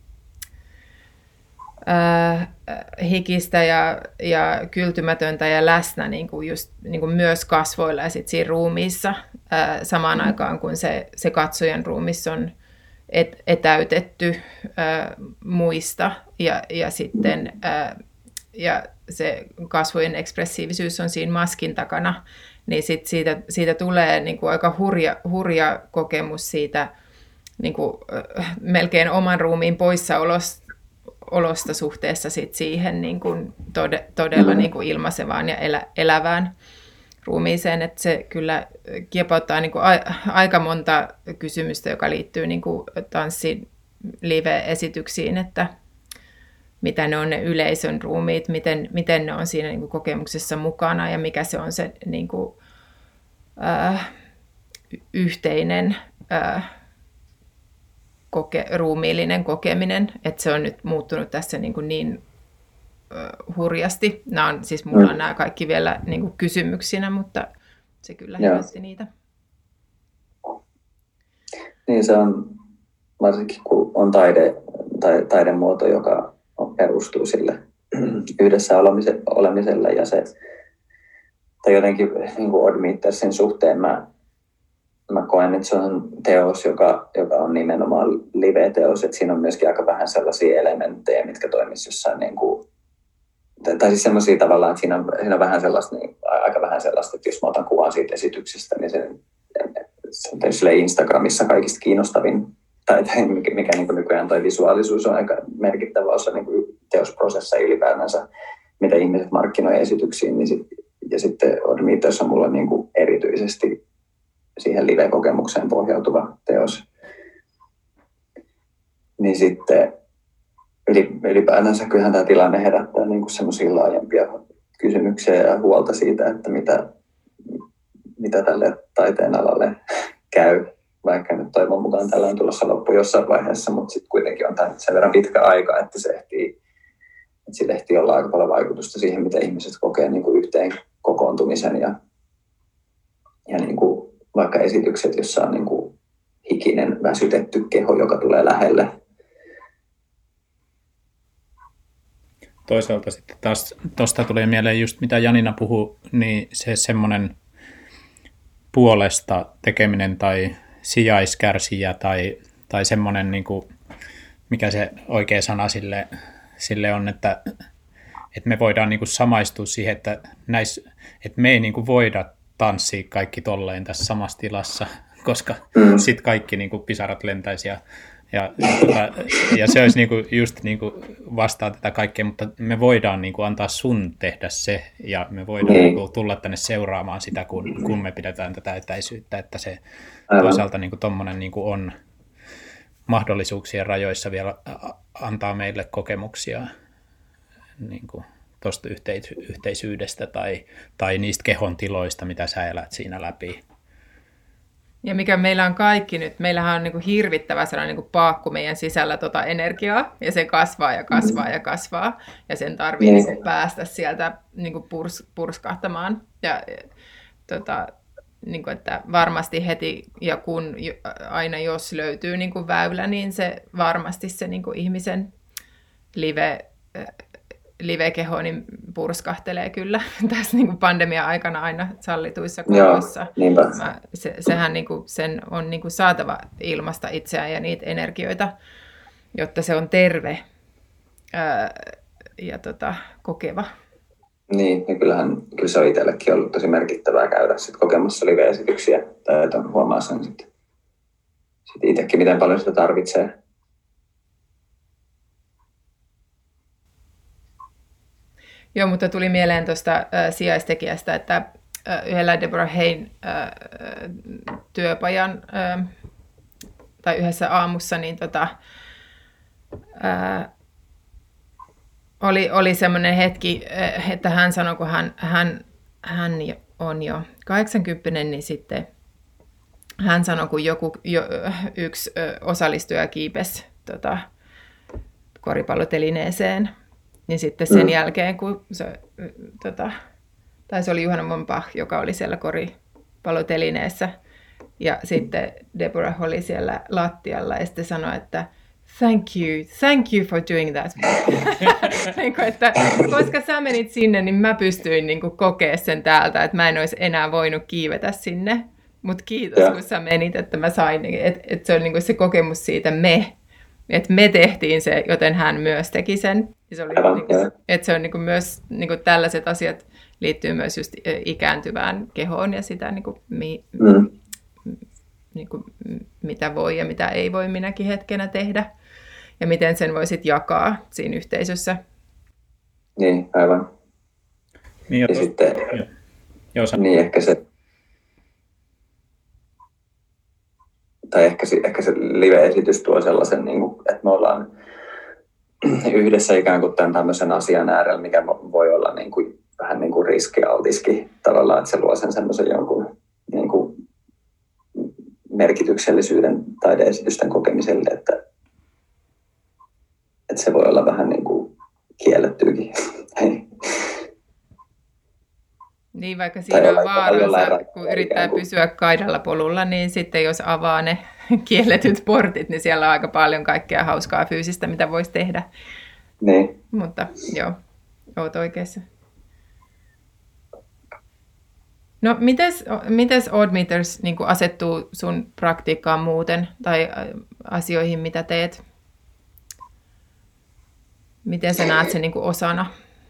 äh, hikistä ja, ja kyltymätöntä ja läsnä niin kuin just, niin kuin myös kasvoilla ja sit siinä ruumiissa äh, samaan mm. aikaan, kun se, se katsojan ruumissa on et, etäytetty äh, muista ja, ja sitten äh, ja se kasvojen ekspressiivisyys on siinä maskin takana, niin sit siitä, siitä tulee niin kuin aika hurja, hurja kokemus siitä niin kuin, äh, melkein oman ruumiin poissaolosta olosta suhteessa sit siihen niin kuin tode, todella niin kuin ilmaisevaan ja elä, elävään ruumiiseen, että se kyllä kiepauttaa niin kuin a, aika monta kysymystä, joka liittyy niin kuin tanssin live-esityksiin, että mitä ne on ne yleisön ruumiit, miten, miten ne on siinä niin kuin kokemuksessa mukana ja mikä se on se niin kuin, äh, yhteinen äh, koke, ruumiillinen kokeminen, että se on nyt muuttunut tässä niin, kuin niin uh, hurjasti. Nämä on, siis mulla on nämä kaikki vielä niin kuin kysymyksinä, mutta se kyllä herätti niitä. Niin se on, varsinkin kun on taide, tai, taidemuoto, joka perustuu sille yhdessä olemiselle ja se, tai jotenkin niin kuin Odd Metersin suhteen mä Mä koen, että se on teos, joka, joka on nimenomaan live-teos, että siinä on myöskin aika vähän sellaisia elementtejä, mitkä toimisivat jossain, niin kuin, tai, tai siis sellaisia tavallaan, että siinä on, siinä on vähän sellaista, niin, aika vähän sellaista, että jos mä otan kuvan siitä esityksestä, niin se, se on tietysti Instagramissa kaikista kiinnostavin, tai, tai mikä, mikä niin kuin nykyään toi visuaalisuus on aika merkittävä osa niin kuin teosprosessia ylipäätänsä, mitä ihmiset markkinoi esityksiin, niin sit, ja sitten Odd Meters on mulla niin kuin erityisesti siihen live-kokemukseen pohjautuva teos. Niin sitten ylipäätänsä kyllähän tämä tilanne herättää niin kuin semmoisia laajempia kysymyksiä ja huolta siitä, että mitä, mitä tälle taiteen alalle käy. Vaikka nyt toivon mukaan tällä on tulossa loppu jossain vaiheessa, mutta sitten kuitenkin on tämä sen verran pitkä aika, että se ehtii, että sillä ehtii olla aika paljon vaikutusta siihen, miten ihmiset kokee niin kuin yhteen kokoontumisen ja, ja niin kuin vaikka esitykset, jossa on niin kuin hikinen, väsytetty keho, joka tulee lähelle. toisaalta sitten taas tuosta tulee mieleen just mitä Janina puhui, niin se semmoinen puolesta tekeminen tai sijaiskärsiä tai, tai semmoinen, niin kuin, mikä se oikea sana sille, sille on, että, että me voidaan niin kuin samaistua siihen, että, näis, että me ei niin kuin voida tanssia kaikki tolleen tässä samassa tilassa, koska mm. sitten kaikki niin kuin pisarat lentäisi ja, ja, ja, ja se olisi niin kuin, just niin kuin vastaa tätä kaikkea, mutta me voidaan niin kuin antaa sun tehdä se ja me voidaan mm. niin kuin tulla tänne seuraamaan sitä, kun, kun me pidetään tätä etäisyyttä, että se Aivan. toisaalta niin kuin tommonen niin kuin on mahdollisuuksien rajoissa vielä antaa meille kokemuksia niin kuin tuosta yhteis- yhteisyydestä tai, tai niistä kehon tiloista, mitä sä elät siinä läpi. Ja mikä meillä on kaikki nyt, meillähän on niin kuin hirvittävä sellainen niin kuin paakku meidän sisällä tota energiaa, ja se kasvaa ja kasvaa ja kasvaa, ja sen tarvii niin kuin päästä sieltä niin kuin purs, purskahtamaan. Ja, tota, niin kuin, että varmasti heti, ja kun aina jos löytyy niin kuin väylä, niin se varmasti se niin kuin ihmisen live, live-keho niin purskahtelee kyllä tässä niin kuin pandemia-aikana aina sallituissa kuluissa. Se, sehän niin kuin, sen on niin kuin saatava ilmasta itseään ja niitä energioita, jotta se on terve ää, ja tota, kokeva. Niin, ja kyllähän kyllä se on itsellekin ollut tosi merkittävää käydä sit kokemassa live-esityksiä, tai että huomaa sen sitten sit itsekin, miten paljon sitä tarvitsee. Joo, mutta tuli mieleen tuosta äh, sijaistekijästä, että äh, yhdellä Deborah Hein äh, työpajan äh, tai yhdessä aamussa niin tota, äh, oli, oli semmoinen hetki, äh, että hän sanoi, kun hän, hän, hän on jo kahdeksankymppinen, niin sitten hän sanoi, kun joku, jo, yksi äh, osallistuja kiipesi tota, koripallotelineeseen, niin sitten sen mm. jälkeen, kun se, tota, tai se oli Juhana von Bach, joka oli siellä koripallotelineessä, ja sitten Deborah oli siellä lattialla, ja sitten sanoi, että thank you, thank you for doing that. niin kuin, että, koska sä menit sinne, niin mä pystyin niin kuin kokea sen täältä, että mä en olisi enää voinut kiivetä sinne, mutta kiitos, ja. kun sä menit, että mä sain, että, että se on niin kuin se kokemus siitä me, että me tehtiin se, joten hän myös teki sen. Se oli, niin kuin, että se on niin kuin myös niin kuin tällaiset asiat liittyy myös just ikääntyvään kehoon ja sitä, niin kuin, mi, mm. niin kuin, mitä voi ja mitä ei voi minäkin hetkenä tehdä. Ja miten sen voi sitten jakaa siinä yhteisössä. Niin, aivan. Niin, ja tos, sitten, jo. Jo, niin ehkä se, tai ehkä, ehkä se live-esitys tuo sellaisen, niin kuin, että me ollaan yhdessä ikään kuin tämän tämmöisen asian äärellä, mikä voi olla niin kuin, vähän niin kuin riskialtiskin tavallaan, että se luo sen semmoisen jonkun niin kuin merkityksellisyyden taideesitysten kokemiselle, että, että se voi olla vähän niin kuin kiellettyykin. Niin, vaikka siinä on vaaransa, kun yrittää pysyä kaidalla polulla, niin sitten jos avaa ne kielletyt portit, niin siellä on aika paljon kaikkea hauskaa fyysistä, mitä voisi tehdä. Niin. Mutta joo, oot oikeassa. No, mites, mites Odd Meters niin kuin asettuu sun praktiikkaan muuten tai asioihin, mitä teet? Miten sä näet sen niin kuin osana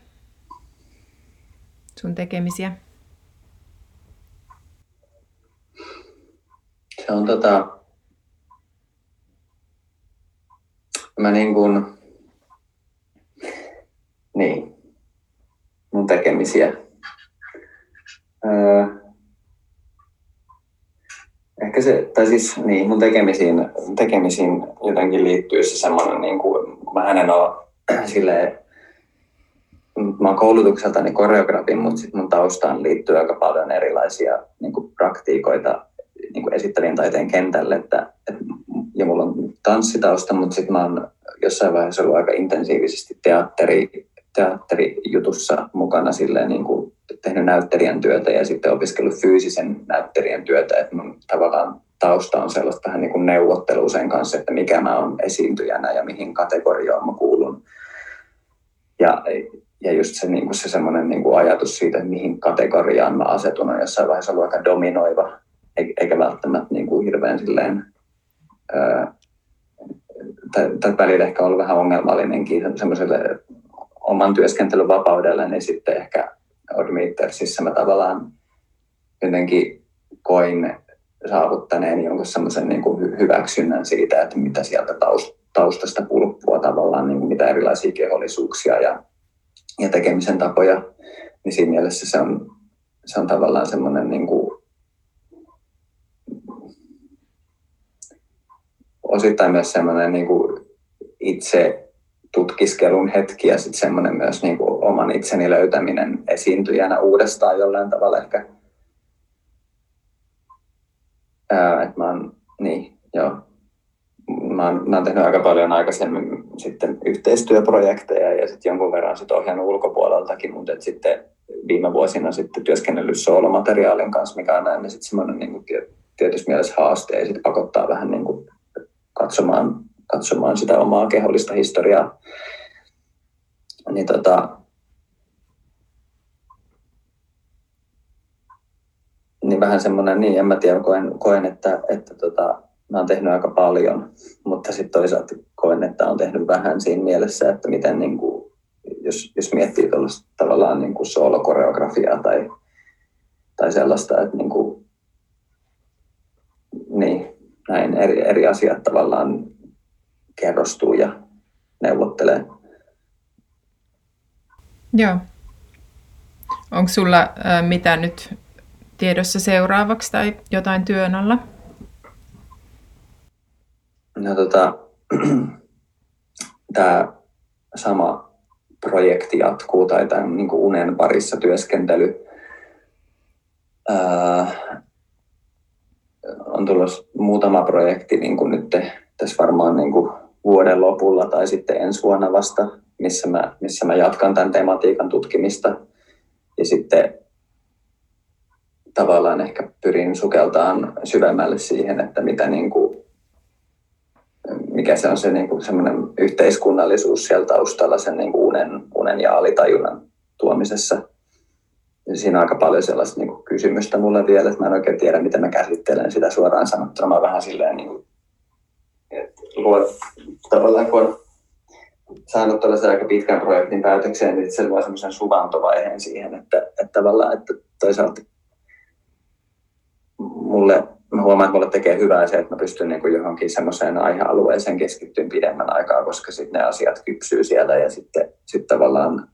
sun tekemisiä? Se on tota... Mä niin kuin... Niin. Mun tekemisiä. Öö... Ehkä se, tai siis niin, mun tekemisiin, tekemisiin jotenkin liittyy se semmoinen, niin kuin, kun mä en ole silleen, mä oon koulutukseltani koreografin, mutta sit mun taustaan liittyy aika paljon erilaisia niin kuin praktiikoita niin kuin esittävien taiteen kentälle, että, et, ja mulla on tanssitausta, mutta sitten mä oon jossain vaiheessa ollut aika intensiivisesti teatteri, teatterijutussa mukana silleen, niin kuin tehnyt näyttelijän työtä ja sitten opiskellut fyysisen näyttelijän työtä, että mun tavallaan tausta on sellaista vähän niin kuin neuvottelua sen kanssa, että mikä mä oon esiintyjänä ja mihin kategoriaan mä kuulun. Ja, ja just se, niin kuin se semmoinen niin kuin ajatus siitä, että mihin kategoriaan mä asetun, on jossain vaiheessa ollut aika dominoiva, eikä välttämättä niin kuin hirveän silleen, ää, tai, tai välillä ehkä ollut vähän ongelmallinenkin semmoiselle oman työskentelyn vapaudelle, niin sitten ehkä Odd Metersissa mä tavallaan jotenkin koin saavuttaneen jonkun semmoisen niin kuin hyväksynnän siitä, että mitä sieltä taustasta pulppua tavallaan, niin kuin mitä erilaisia kehollisuuksia ja, ja tekemisen tapoja, niin siinä mielessä se on, se on tavallaan semmoinen niin kuin osittain myös semmoinen niin kuin itse tutkiskelun hetki ja sitten semmoinen myös niin kuin oman itseni löytäminen esiintyjänä uudestaan jollain tavalla ehkä. Ää, että mä oon, niin, joo. Mä oon, mä oon tehnyt aika paljon aikaisemmin sitten yhteistyöprojekteja ja sitten jonkun verran sit ohjannut ulkopuoleltakin, mutta et sitten viime vuosina sitten työskennellyt soolomateriaalin kanssa, mikä on näin sitten semmoinen niin kuin tietysti mielessä haaste ja sitten pakottaa vähän niin kuin katsomaan, katsomaan sitä omaa kehollista historiaa. Niin tota, niin vähän semmoinen, niin en mä tiedä, koen, koen että, että tota, mä oon tehnyt aika paljon, mutta sitten toisaalta koen, että on tehnyt vähän siinä mielessä, että miten niin kuin, jos, jos miettii tuollaista tavallaan niin kuin soolokoreografiaa tai, tai sellaista, että niin kuin, niin, näin eri, eri asiat tavallaan kerrostuu ja neuvottelee. Joo. Onko sulla äh, mitä nyt tiedossa seuraavaksi tai jotain työn alla? No tota, tämä sama projekti jatkuu tai tämän niin kuin unen parissa työskentely. Ää, on tullut muutama projekti niin kuin nyt tässä varmaan niin kuin vuoden lopulla tai sitten ensi vuonna vasta, missä mä, missä mä jatkan tämän tematiikan tutkimista. Ja sitten tavallaan ehkä pyrin sukeltaan syvemmälle siihen, että mitä niin kuin, mikä se on se niin kuin semmoinen yhteiskunnallisuus siellä taustalla sen niin kuin unen, unen ja alitajunnan tuomisessa. Ja siinä on aika paljon sellaista niin kuin kysymystä mulle vielä, että mä en oikein tiedä, miten mä käsittelen sitä suoraan sanottuna. Mä vähän silleen, niin kuin, että luo, tavallaan kun on saanut tällaisen aika pitkän projektin päätökseen, niin se luo semmoisen suvantovaiheen siihen, että, että tavallaan, että toisaalta mulle, mä huomaan, että mulle tekee hyvää se, että mä pystyn niin kuin johonkin semmoiseen aihealueeseen keskittymään pidemmän aikaa, koska sitten ne asiat kypsyy siellä ja sitten sit tavallaan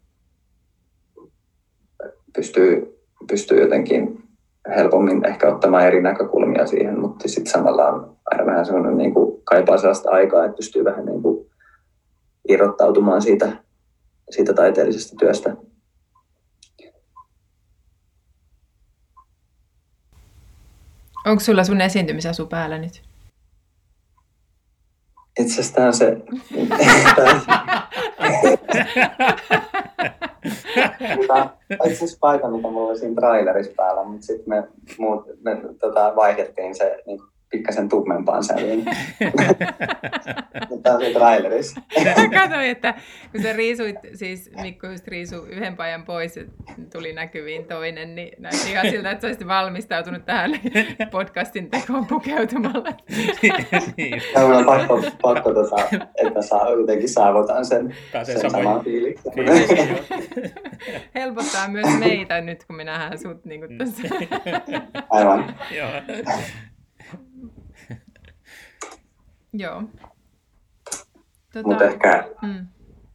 pystyy, pystyy jotenkin helpommin ehkä ottamaan eri näkökulmia siihen, mutta sitten samalla on aina vähän semmoinen niin kuin kaipaa sellaista aikaa, että pystyy vähän niin kuin irrottautumaan siitä, siitä taiteellisesta työstä. Onko sulla sun esiintymisasu päällä nyt? Itse asiassa tämä on se... Itse asiassa paikka, mitä mulla oli siinä trailerissa päällä, mutta sitten me, muut, me tota, vaihdettiin se niin pikkasen tummempaan sävyyn. Tämä on siinä trailerissa. Katsoin, että kun sä riisuit, siis Mikko just riisui yhden pajan pois ja tuli näkyviin toinen, niin näytti ihan siltä, että sä olisit valmistautunut tähän podcastin tekoon pukeutumalla. Tämä on pakko, pakko tota, että saa, jotenkin saavutan sen, sen saman fiiliksen. Helpottaa myös meitä nyt, kun me nähdään sut niin kuin tässä. Aivan. Joo. Joo. Tota, Mutta ehkä, mm.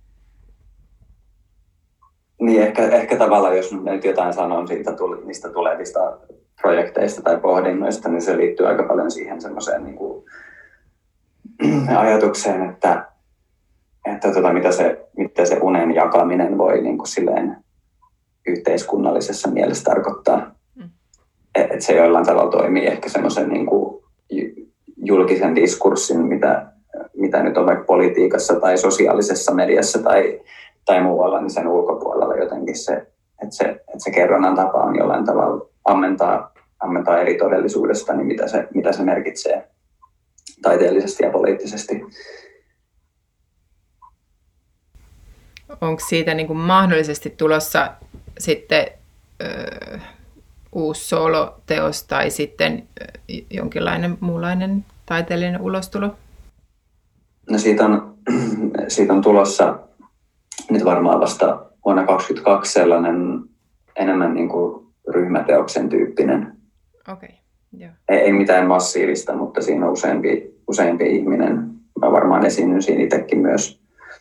niin ehkä, ehkä tavallaan, jos nyt jotain sanon siitä, niistä tulevista projekteista tai pohdinnoista, niin se liittyy aika paljon siihen semmoiseen niin kuin ajatukseen, että, että tota, mitä, se, mitä se unen jakaminen voi niin kuin silleen yhteiskunnallisessa mielessä tarkoittaa. Mm. Että se jollain tavalla toimii ehkä semmoisen niin kuin julkisen diskurssin, mitä, mitä nyt on vaikka politiikassa tai sosiaalisessa mediassa tai, tai muualla, niin sen ulkopuolella jotenkin se, että se, että se kerronnan tapa on jollain tavalla ammentaa, ammentaa eri todellisuudesta, niin mitä se, mitä se merkitsee taiteellisesti ja poliittisesti. onko siitä niin kuin mahdollisesti tulossa sitten ö, uusi sooloteos tai sitten jonkinlainen muunlainen taiteellinen ulostulo? No siitä on, siitä on tulossa nyt varmaan vasta vuonna kaksikymmentäkaksi sellainen enemmän niin kuin ryhmäteoksen tyyppinen. Okei, joo. Ei, ei mitään massiivista, mutta siinä on useampi, useampi ihminen. Mä varmaan esiinnyn siinä itsekin myös.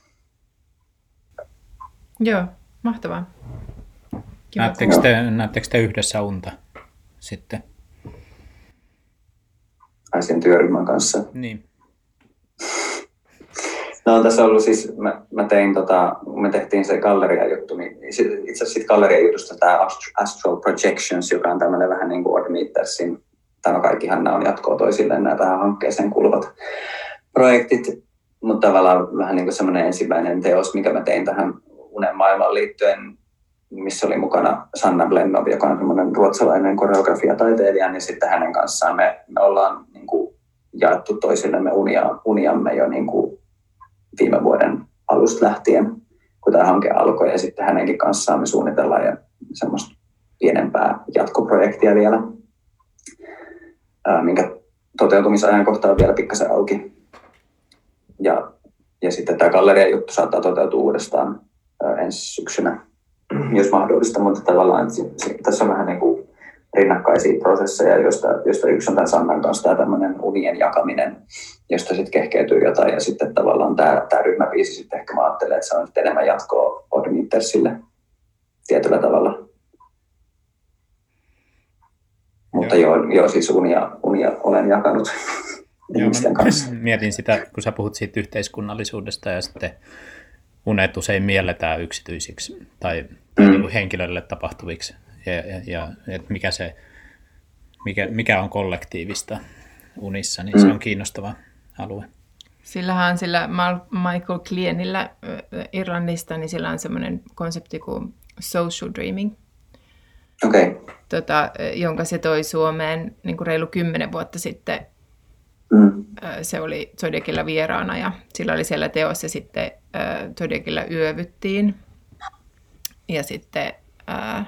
Joo, mahtavaa. Näettekö te, näettekö te yhdessä unta sitten? Ai sen työryhmän kanssa? Niin. No on tässä ollut siis, mä, mä tein tota, me tehtiin se galleria-juttu, niin itse asiassa siitä galleria-jutusta tämä Astral Projections, joka on tämmöinen vähän niin kuin Odd Metersin, tai no kaikkihan nämä on jatkoa toisilleen, nämä tähän hankkeeseen kuuluvat projektit, mutta tavallaan vähän niin kuin semmoinen ensimmäinen teos, mikä mä tein tähän unen maailmaan liittyen, missä oli mukana Sanna Blennow, joka on semmoinen ruotsalainen koreografiataiteilija, niin sitten hänen kanssaan me, me ollaan niin kuin jaettu toisillemme unia, uniamme jo niin kuin viime vuoden alusta lähtien, kun tämä hanke alkoi, ja sitten hänenkin kanssaan me suunnitellaan ja semmoista pienempää jatkoprojektia vielä, ää, minkä toteutumisajankohta on vielä pikkasen auki. Ja, ja sitten tämä gallerian juttu saattaa toteutua uudestaan ää, ensi syksynä, jos mahdollista, mutta tavallaan se, se, tässä on vähän niin kuin rinnakkaisia prosesseja, joista, joista yksi on tämän Sannan kanssa tämä tämmöinen unien jakaminen, josta sitten kehkeytyy jotain, ja sitten tavallaan tämä, tämä ryhmäbiisi sitten ehkä mä ajattelen, että se on enemmän jatkoa Odd Metersille tietyllä tavalla. Mutta joo, joo, joo siis unia, unia olen jakanut ihmisten kanssa. Mietin sitä, kun sä puhut siitä yhteiskunnallisuudesta ja sitten unet usein mielletään yksityisiksi tai, tai mm. niin kuin henkilölle tapahtuviksi. Ja, ja, ja että mikä, se, mikä, mikä on kollektiivista unissa, niin mm. se on kiinnostava alue. Sillähän sillä Michael Klienillä Irlannista, niin sillä on semmoinen konsepti kuin social dreaming, okay. tota, jonka se toi Suomeen niin kuin reilu kymmenen vuotta sitten. Mm. Se oli Zodiacilla vieraana ja sillä oli siellä teos ja sitten Zodiacilla yövyttiin. Ja sitten ää,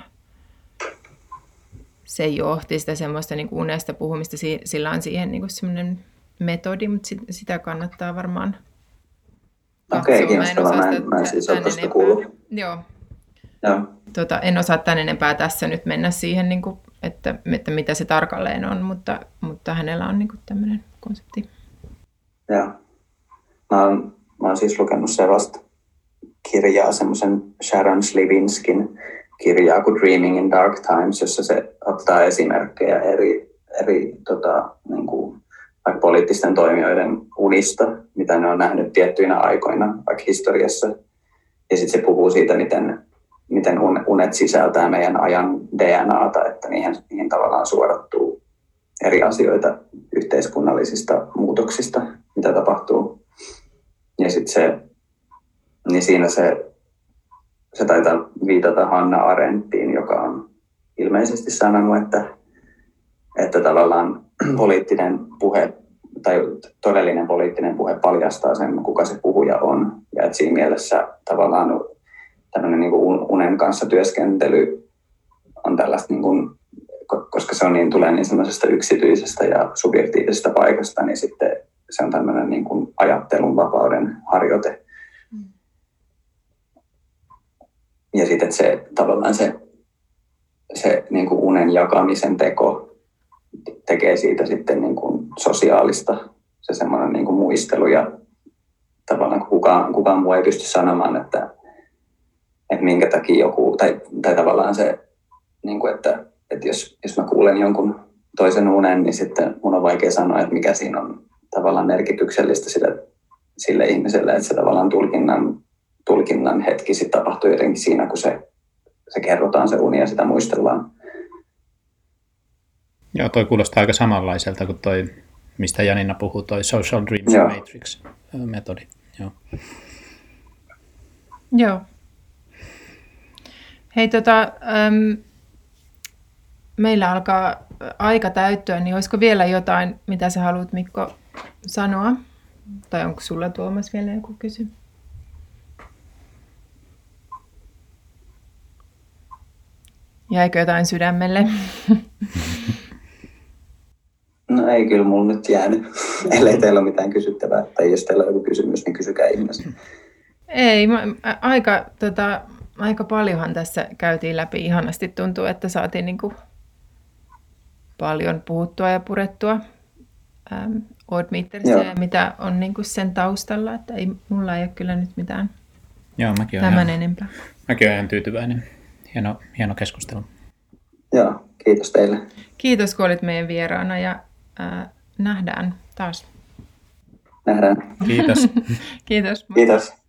se johti sitä semmoista niin kuin unesta puhumista. Sillä on siihen niin kuin semmoinen metodi, mutta sitä kannattaa varmaan katsoa. Okei, kiinnostavaa. Mä en, mä en siis ole tästä kuullut. Joo. Joo. Tota, en osaa tän enempää tässä nyt mennä siihen, niin kuin, että, että mitä se tarkalleen on, mutta, mutta hänellä on niin kuin tämmöinen konsepti. Joo. Mä oon, mä oon siis lukenut sellaista kirjaa, semmoisen Sharon Slivinskin kirjaa kuin Dreaming in Dark Times, jossa se ottaa esimerkkejä eri, eri tota, niin kuin, vaikka poliittisten toimijoiden unista, mitä ne on nähnyt tiettyinä aikoina, vaikka historiassa. Ja sitten se puhuu siitä, miten, miten unet sisältää meidän ajan D N A:ta, että niihin, niihin tavallaan suodattuu eri asioita yhteiskunnallisista muutoksista, mitä tapahtuu. Ja sitten se, niin siinä se, se taitaa viitata Hannah Arendtiin, joka on ilmeisesti sanonut, että, että tavallaan poliittinen puhe tai todellinen poliittinen puhe paljastaa sen, kuka se puhuja on. Ja että siinä mielessä tavallaan tämmöinen niin kuin unen kanssa työskentely on tällaista, niin kuin, koska se on niin, tulee niin semmoisesta yksityisestä ja subjektiivisesta paikasta, niin sitten se on tämmöinen niin kuin ajattelun vapauden harjoite. Mm. Ja sitten se tavallaan se, se niin kuin unen jakamisen teko tekee siitä sitten niin kuin sosiaalista, se semmoinen niin kuin muistelu ja tavallaan kukaan, kukaan muu ei pysty sanomaan, että, että minkä takia joku, tai, tai tavallaan se, niin kuin että, että jos, jos mä kuulen jonkun toisen unen, niin sitten mun on vaikea sanoa, että mikä siinä on tavallaan merkityksellistä sille, sille ihmiselle, että se tavallaan tulkinnan, tulkinnan hetki sitten tapahtuu jotenkin siinä, kun se, se kerrotaan se uni ja sitä muistellaan. Joo, toi kuulostaa aika samanlaiselta kuin toi, mistä Janina puhuu, toi Social Dreaming Joo. Matrix-metodi. Joo. Joo. Hei, tota, ähm, meillä alkaa aika täyttyä, niin olisiko vielä jotain, mitä sä haluat, Mikko, sanoa? Tai onko sulla, Tuomas, vielä joku kysymys? Jäikö jotain sydämelle? No ei kyllä mulla nyt jäänyt, ellei teillä ole mitään kysyttävää. Tai jos teillä on joku kysymys, niin kysykää ihmeessä. Ei, mä, aika, tota, aika paljonhan tässä käytiin läpi. Ihanasti tuntuu, että saatiin niin kuin paljon puhuttua ja purettua ähm, Odd Metersia ja mitä on niin kuin sen taustalla. Että ei, mulla ei ole kyllä nyt mitään Joo, mäkin tämän ihan, enempää. Mäkin olen ihan tyytyväinen. Hieno, hieno keskustelu. Joo, kiitos teille. Kiitos, kun olit meidän vieraana ja äh, nähdään taas. Nähdään. Kiitos. Kiitos. Kiitos.